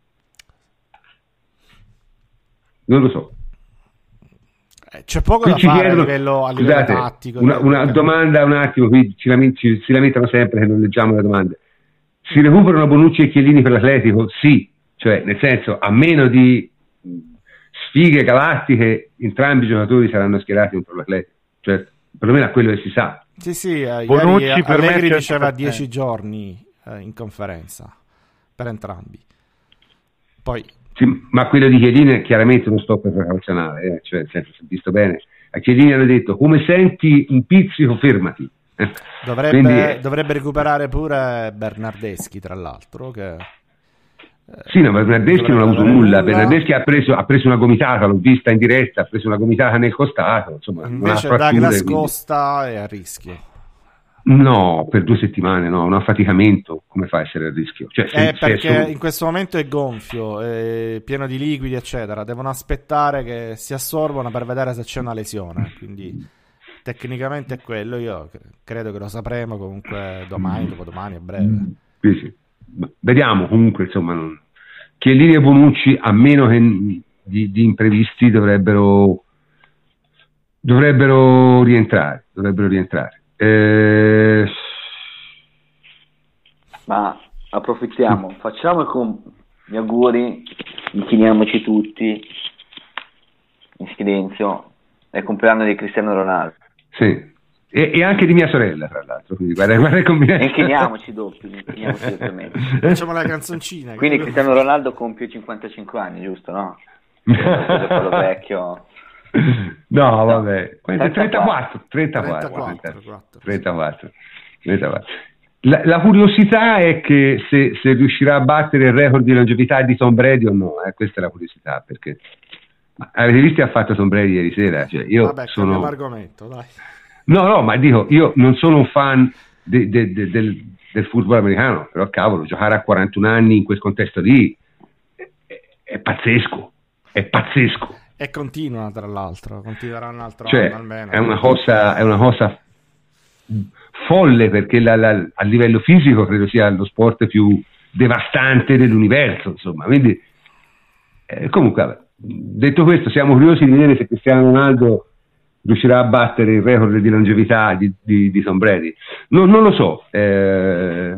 Non lo so. C'è poco qui da ci fare chiedono, a livello, a scusate, livello tattico. Una, una domanda un attimo, qui ci lament- ci, si lamentano sempre che non leggiamo le domande. Si recuperano Bonucci e Chiellini per l'Atletico? Sì, cioè nel senso, a meno di sfighe galattiche, entrambi i giocatori saranno schierati contro l'Atletico, cioè perlomeno a quello che si sa. Sì, sì, eh, Bonucci ieri per Allegri me diceva dieci giorni eh, in conferenza per entrambi. Poi Sì, ma quello di Chiellini è chiaramente uno stop precauzionale, eh? Cioè, nel senso, se visto bene, a Chiellini hanno detto come senti un pizzico fermati. Eh? dovrebbe, Quindi, dovrebbe recuperare pure Bernardeschi, tra l'altro, che sì, no, Bernardeschi non ha avuto nulla. Bernardeschi ha preso, ha preso una gomitata, l'ho vista in diretta, ha preso una gomitata nel costato, insomma, invece una frattura, Douglas quindi... Costa è a rischio. No, per due settimane no, un affaticamento, come fa a essere a rischio? Cioè, se, Eh, perché se sono... in questo momento è gonfio, è pieno di liquidi eccetera, devono aspettare che si assorbano per vedere se c'è una lesione, quindi tecnicamente è quello. Io credo che lo sapremo comunque domani, dopodomani, a breve. Sì, sì. Vediamo comunque, insomma, non... Chiellini e Bonucci, a meno che di, di imprevisti, dovrebbero dovrebbero rientrare, dovrebbero rientrare. Eh... Ma approfittiamo, facciamo com- mi auguri, inchiniamoci tutti in silenzio, è il compleanno di Cristiano Ronaldo. Sì. E, e anche di mia sorella, tra l'altro. Quindi guarda, guarda combinazione. Inchiniamoci doppio, inchiniamoci doppiamente. Facciamo la canzoncina. Quindi Cristiano Ronaldo compie cinquantacinque anni, giusto, no? Quello vecchio. No, vabbè. trentaquattro, trentaquattro, trentaquattro, trentaquattro, trentaquattro. La, la curiosità è che se, se riuscirà a battere il record di longevità di Tom Brady o no, eh, questa è la curiosità, perché ma avete visto che ha fatto Tom Brady ieri sera? Cioè, io Vabbè, sono... argomento, dai. No, no, ma dico, io non sono un fan de, de, de, del, del football americano, però cavolo, giocare a quarantuno anni in quel contesto lì è, è, è pazzesco, è pazzesco. E continua, tra l'altro, continuerà un altro cioè, anno almeno. È una cosa, è una cosa folle, perché la, la, a livello fisico credo sia lo sport più devastante dell'universo, insomma. Quindi, eh, comunque, vabbè, detto questo, siamo curiosi di vedere se Cristiano Ronaldo riuscirà a battere il record di longevità di, di, di Tom Brady. No, non lo so. Eh,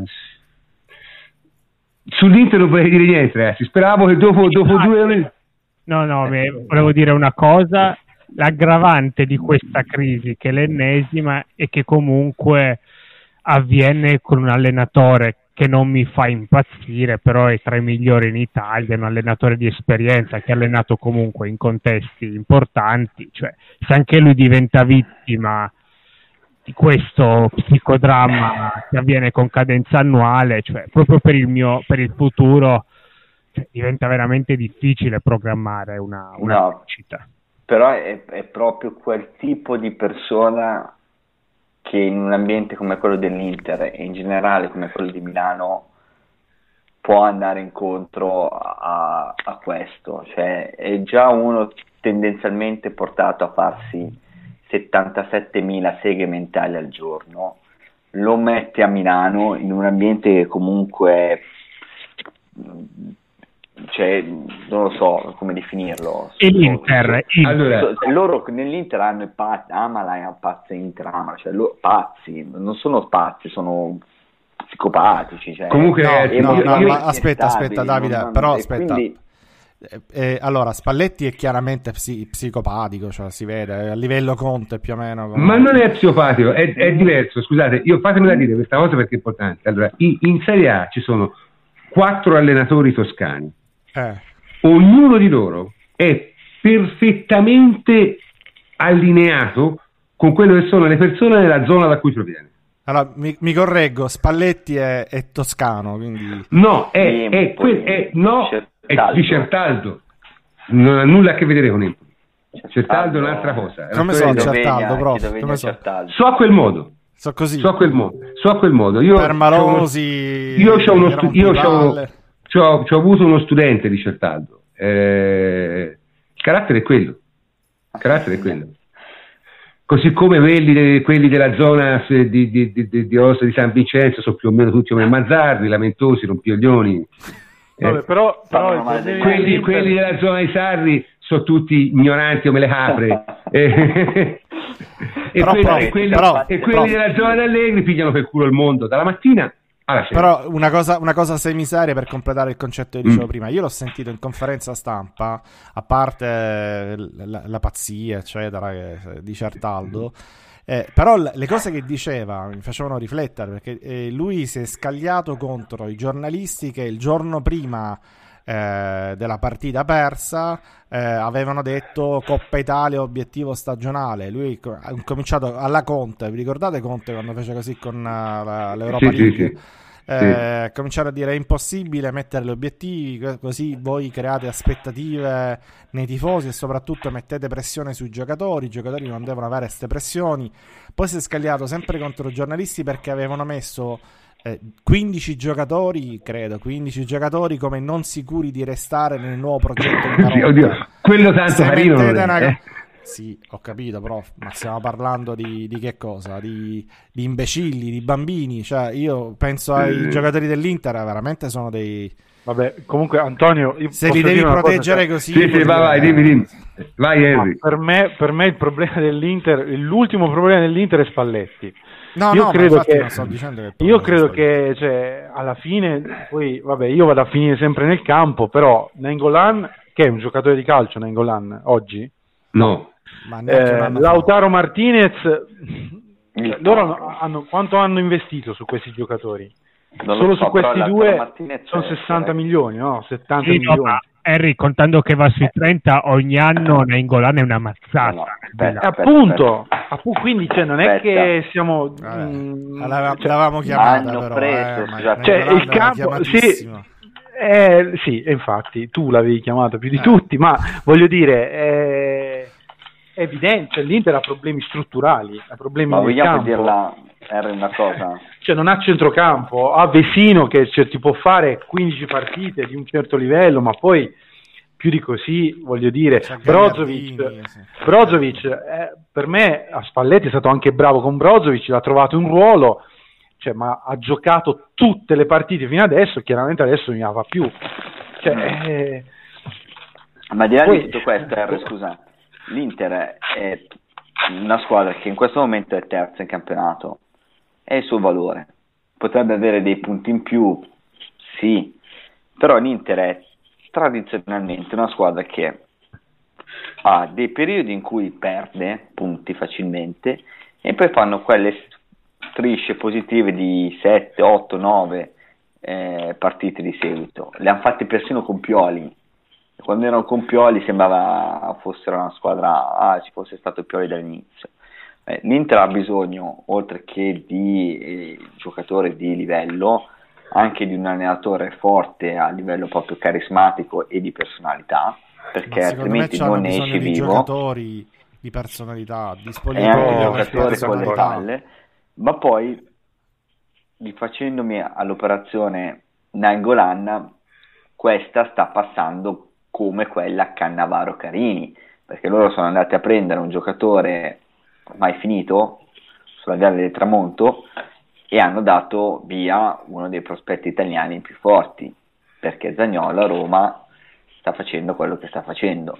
sull'Inter non vorrei dire niente, ragazzi. Speravo che dopo, dopo due anni... No, no, volevo dire una cosa, l'aggravante di questa crisi, che è l'ennesima, è che comunque avviene con un allenatore che non mi fa impazzire, però è tra i migliori in Italia, è un allenatore di esperienza che ha allenato comunque in contesti importanti, cioè se anche lui diventa vittima di questo psicodramma che avviene con cadenza annuale, cioè proprio per il mio, per il futuro, cioè, diventa veramente difficile programmare una, una no, città. Però è, è proprio quel tipo di persona che in un ambiente come quello dell'Inter e in generale come quello di Milano può andare incontro a, a questo, cioè è già uno tendenzialmente portato a farsi settantasettemila seghe mentali al giorno, lo mette a Milano in un ambiente che comunque, cioè non lo so come definirlo. E l'Inter, so, allora, so, loro nell'Inter hanno i pazzi, Amala pazza Inter, Amala, cioè loro pazzi, non sono pazzi, sono psicopatici. Cioè, comunque, no, no, no, io, ma aspetta, aspetta, Davide, non, però aspetta. Quindi, eh, eh, allora, Spalletti è chiaramente psi- psicopatico, cioè si vede a livello Conte più o meno. Come... Ma non è psicopatico, è, è diverso. Scusate, io fatemela dire questa cosa perché è importante. Allora, in, in Serie A ci sono quattro allenatori toscani. Eh. Ognuno di loro è perfettamente allineato con quello che sono le persone nella zona da cui proviene. Allora, mi, mi correggo, Spalletti è, è toscano, quindi... No, è, è, que- è, no, è di Certaldo. Non ha nulla a che vedere con Empoli. Certaldo è un'altra cosa. È come so Certaldo, prof? Come so? So a quel modo. So così. So a quel modo. So a quel modo. Io Permalosi... Io ho uno... Stu- io c'ho, c'ho, c'ho avuto uno studente di Certaldo. Eh, il carattere è quello. Il carattere è quello. Così come quelli, quelli della zona di, di, di, di, di Ossa di San Vincenzo sono più o meno tutti come Mazzarri, lamentosi, rompiglioni. Vabbè, Eh, però, però quelli, quelli della zona di Sarri sono tutti ignoranti come le capre. e però, quelli, però, e quelli, però, e quelli però, della zona d'Allegri pigliano per culo il mondo dalla mattina alla sera. Però una cosa, una cosa semiseria per completare il concetto che dicevo mm. prima, io l'ho sentito in conferenza stampa, a parte la, la pazzia eccetera di Certaldo, eh, però le cose che diceva mi facevano riflettere, perché eh, lui si è scagliato contro i giornalisti che il giorno prima eh, della partita persa eh, avevano detto Coppa Italia obiettivo stagionale. Lui ha cominciato alla Conte, vi ricordate Conte quando fece così con uh, la, l'Europa sì, League? sì, sì. Eh, sì. Cominciare a dire è impossibile mettere gli obiettivi, così voi create aspettative nei tifosi e soprattutto mettete pressione sui giocatori, i giocatori non devono avere queste pressioni. Poi si è scagliato sempre contro i giornalisti perché avevano messo eh, quindici giocatori, credo quindici giocatori come non sicuri di restare nel nuovo progetto di Marotta. Oddio, quello tanto se carino mettete, non è, una, eh? Sì, ho capito, prof, ma stiamo parlando di, di che cosa? Di, di imbecilli, di bambini? Cioè, io penso ai giocatori dell'Inter, veramente sono dei... Vabbè, comunque Antonio... Se li devi proteggere cosa, così... Sì, sì, vai, vai, dimmi, dimmi. Vai, Henry. Per me, per me il problema dell'Inter, l'ultimo problema dell'Inter è Spalletti. No, io no, credo che, non sto dicendo che io credo che cioè, alla fine, poi vabbè, io vado a finire sempre nel campo, però Nainggolan, che è un giocatore di calcio, Nainggolan, oggi? No. Ma eh, Lautaro Martinez, cioè, loro hanno, hanno, quanto hanno investito su questi giocatori? Non Solo so, su questi due Martinez sono sessanta è... milioni, no? settanta sì, milioni. No, Henry, contando che va sui trenta, ogni anno Nainggolan è una mazzata. No, no, aspetta, aspetta, appunto, appunto, quindi cioè, non è aspetta. che siamo... Vabbè, mh, l'avevamo, cioè, l'avevamo chiamata, hanno però, preso, eh, scusate, cioè, il campo... Sì, eh, sì, infatti, tu l'avevi chiamato più di eh. tutti, ma voglio dire... Eh, è evidente, cioè, l'Inter ha problemi strutturali, ha problemi ma nel vogliamo campo. dirla, era una cosa? Cioè non ha centrocampo, ha Vesino che cioè, ti può fare quindici partite di un certo livello, ma poi più di così, voglio dire, Brozovic, sì. Brozovic eh, per me a Spalletti è stato anche bravo con Brozovic, l'ha trovato un ruolo, cioè, ma ha giocato tutte le partite fino adesso, chiaramente adesso non ne va più. Cioè, eh, ma di là poi, di tutto questo, R, scusa, l'Inter è una squadra che in questo momento è terza in campionato, è il suo valore, potrebbe avere dei punti in più, sì, però l'Inter è tradizionalmente una squadra che ha dei periodi in cui perde punti facilmente e poi fanno quelle strisce positive di sette, otto, nove eh, partite di seguito. Le hanno fatte persino con Pioli. Quando erano con Pioli sembrava fossero una squadra, ah, ci fosse stato Pioli dall'inizio. Eh, L'Inter ha bisogno, oltre che di eh, giocatori di livello, anche di un allenatore forte a livello proprio carismatico e di personalità, perché altrimenti non ne esci di vivo. Giocatori di personalità, di e anche spogliatoio, giocatori con le palle, ma poi rifacendomi all'operazione Nainggolan, questa sta passando come quella Cannavaro Carini, perché loro sono andati a prendere un giocatore ormai finito sulla Viale del Tramonto e hanno dato via uno dei prospetti italiani più forti, perché Zaniolo a Roma sta facendo quello che sta facendo.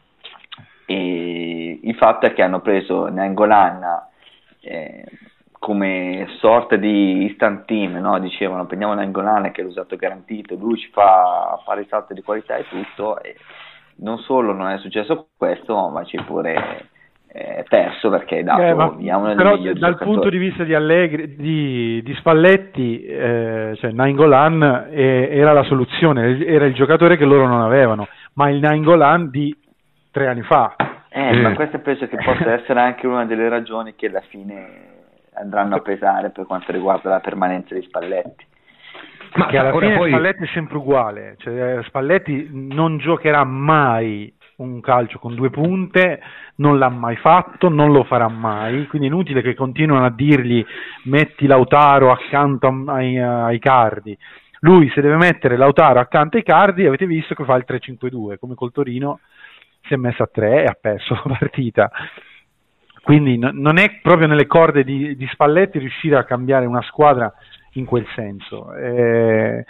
E il fatto è che hanno preso Nainggolan eh, come sorta di instant team, no? Dicevano prendiamo Nainggolan che è l'usato garantito, lui ci fa fare il salto di qualità e tutto, e non solo non è successo questo, ma ci è pure eh, perso perché è dato eh, ma, via uno dei però migliori dal giocatori. punto di vista di Allegri, di, di Spalletti, eh, cioè Nainggolan eh, era la soluzione, era il giocatore che loro non avevano, ma il Nainggolan di tre anni fa. Eh, mm. Ma questo penso che possa essere anche una delle ragioni che alla fine andranno a pesare per quanto riguarda la permanenza di Spalletti. Ma che alla fine poi... Spalletti è sempre uguale, cioè, Spalletti non giocherà mai un calcio con due punte, non l'ha mai fatto, non lo farà mai, quindi è inutile che continuano a dirgli metti Lautaro accanto ai, ai Cardi. Lui se deve mettere Lautaro accanto ai Cardi, avete visto che fa il tre cinque due, come col Torino si è messo a tre e ha perso la partita. Quindi no, non è proprio nelle corde di, di Spalletti riuscire a cambiare una squadra in quel senso. Eh,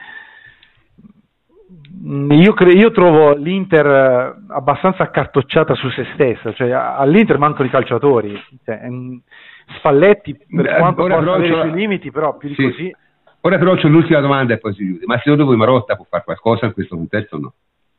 io, cre- io trovo l'Inter abbastanza accartocciata su se stessa, cioè all'Inter mancano i calciatori, cioè, Spalletti per Beh, quanto possa avere i c'ho... suoi limiti, però più di sì. così. Ora però c'è l'ultima domanda e poi si chiude, ma secondo voi Marotta può fare qualcosa in questo contesto o no?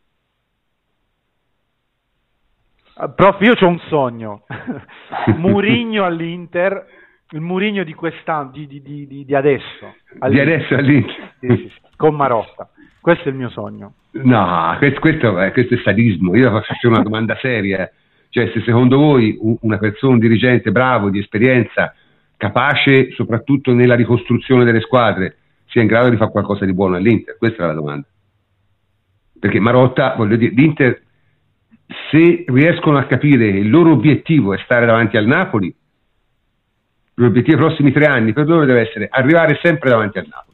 Prof, io c'ho un sogno. Mourinho all'Inter, il Mourinho di quest'anno, di, di, di, di adesso. All'Inter. Di adesso all'Inter? Sì, sì, sì, con Marotta. Questo è il mio sogno. No, questo, questo, è, questo è sadismo. Io faccio una domanda seria. Cioè, se secondo voi una persona, un dirigente bravo, di esperienza, capace soprattutto nella ricostruzione delle squadre, sia in grado di fare qualcosa di buono all'Inter? Questa è la domanda. Perché Marotta, voglio dire, l'Inter, se riescono a capire che il loro obiettivo è stare davanti al Napoli, l'obiettivo dei prossimi tre anni per loro deve essere arrivare sempre davanti al Napoli.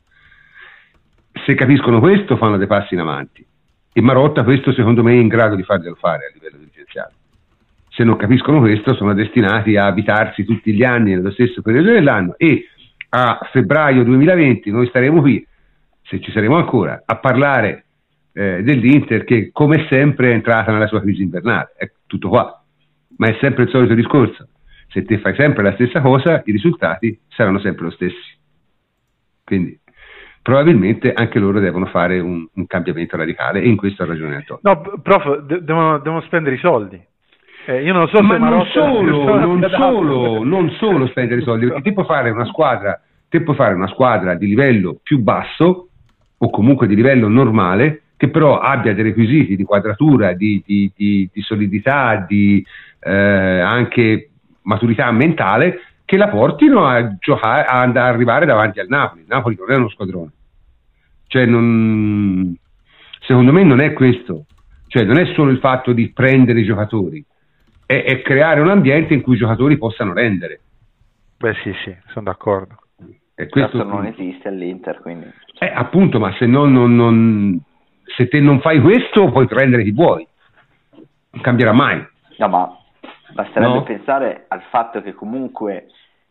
Se capiscono questo, fanno dei passi in avanti, e Marotta questo secondo me è in grado di farglielo fare a livello dirigenziale. se non capiscono questo, sono destinati a abitarsi tutti gli anni nello stesso periodo dell'anno, e a febbraio duemilaventi noi staremo qui, se ci saremo ancora, a parlare eh, dell'Inter che come sempre è entrata nella sua crisi invernale. È tutto qua, ma è sempre il solito discorso: se te fai sempre la stessa cosa, i risultati saranno sempre lo stessi. Quindi probabilmente anche loro devono fare un, un cambiamento radicale, e in questo ha ragione Antonio. No, prof, de- devono, devono spendere i soldi. Eh, io non so ma se non Marotta solo, non abbia solo, dato. non solo spendere i soldi, perché te puoi fare una squadra, te puoi fare una squadra di livello più basso o comunque di livello normale, che però abbia dei requisiti di quadratura, di, di, di, di solidità, di eh, anche maturità mentale, che la portino a giocare, a andare, a arrivare davanti al Napoli. Il Napoli non è uno squadrone, cioè non, secondo me non è questo, cioè non è solo il fatto di prendere i giocatori, è, è creare un ambiente in cui i giocatori possano rendere. Beh sì, sì, sono d'accordo. E questo Certo non esiste all'Inter, quindi eh, appunto, ma se no, non, non, se te non fai questo puoi prendere chi vuoi, non cambierà mai. no, ma basterebbe No. pensare al fatto che comunque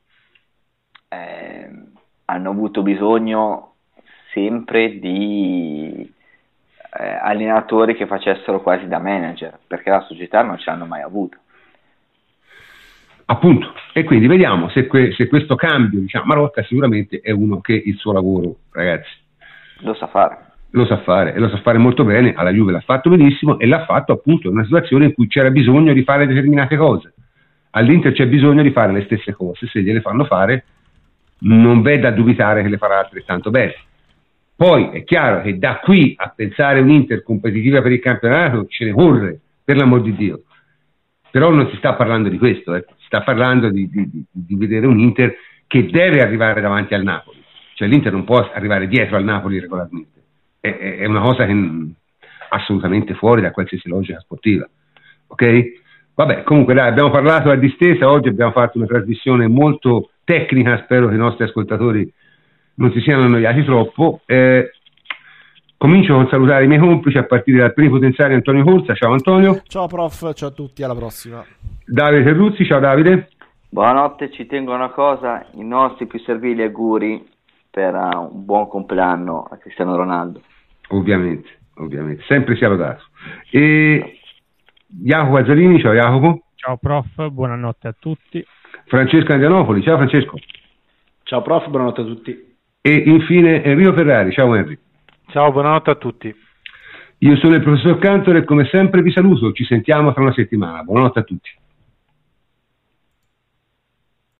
eh, hanno avuto bisogno sempre di eh, allenatori che facessero quasi da manager, perché la società non ce l'hanno mai avuto. Appunto, e quindi vediamo se, que- se questo cambio, diciamo, Marotta sicuramente è uno che il suo lavoro, ragazzi, Lo sa fare. lo sa fare, e lo sa fare molto bene. Alla Juve l'ha fatto benissimo, e l'ha fatto appunto in una situazione in cui c'era bisogno di fare determinate cose. All'Inter c'è bisogno di fare le stesse cose, se gliele fanno fare non v'è da dubitare che le farà altrettanto bene. Poi è chiaro che da qui a pensare un'Inter competitiva per il campionato ce ne corre, per l'amor di Dio. Però non si sta parlando di questo, eh. Si sta parlando di, di, di, di vedere un Inter che deve arrivare davanti al Napoli, cioè l'Inter non può arrivare dietro al Napoli regolarmente, è, è, è una cosa che mh, assolutamente fuori da qualsiasi logica sportiva, ok? Vabbè, comunque dai, abbiamo parlato a distesa, oggi abbiamo fatto una trasmissione molto tecnica, spero che i nostri ascoltatori non si siano annoiati troppo. Eh, comincio con salutare i miei complici, a partire dal plenipotenziario Antonio Corsa. Ciao Antonio. Ciao prof, ciao a tutti, alla prossima. Davide Terruzzi. Ciao Davide. Buonanotte, ci tengo a una cosa, i nostri più servili auguri per uh, un buon compleanno a Cristiano Ronaldo. Ovviamente, ovviamente, sempre sia lodato. E Jacopo Azzolini. Ciao Jacopo. Ciao prof, buonanotte a tutti. Francesco Andianopoli. Ciao Francesco. Ciao prof, buonanotte a tutti. E infine Enrico Ferrari. Ciao Henry. Ciao, buonanotte a tutti. Io sono il professor Cantor e come sempre vi saluto, ci sentiamo tra una settimana. Buonanotte a tutti.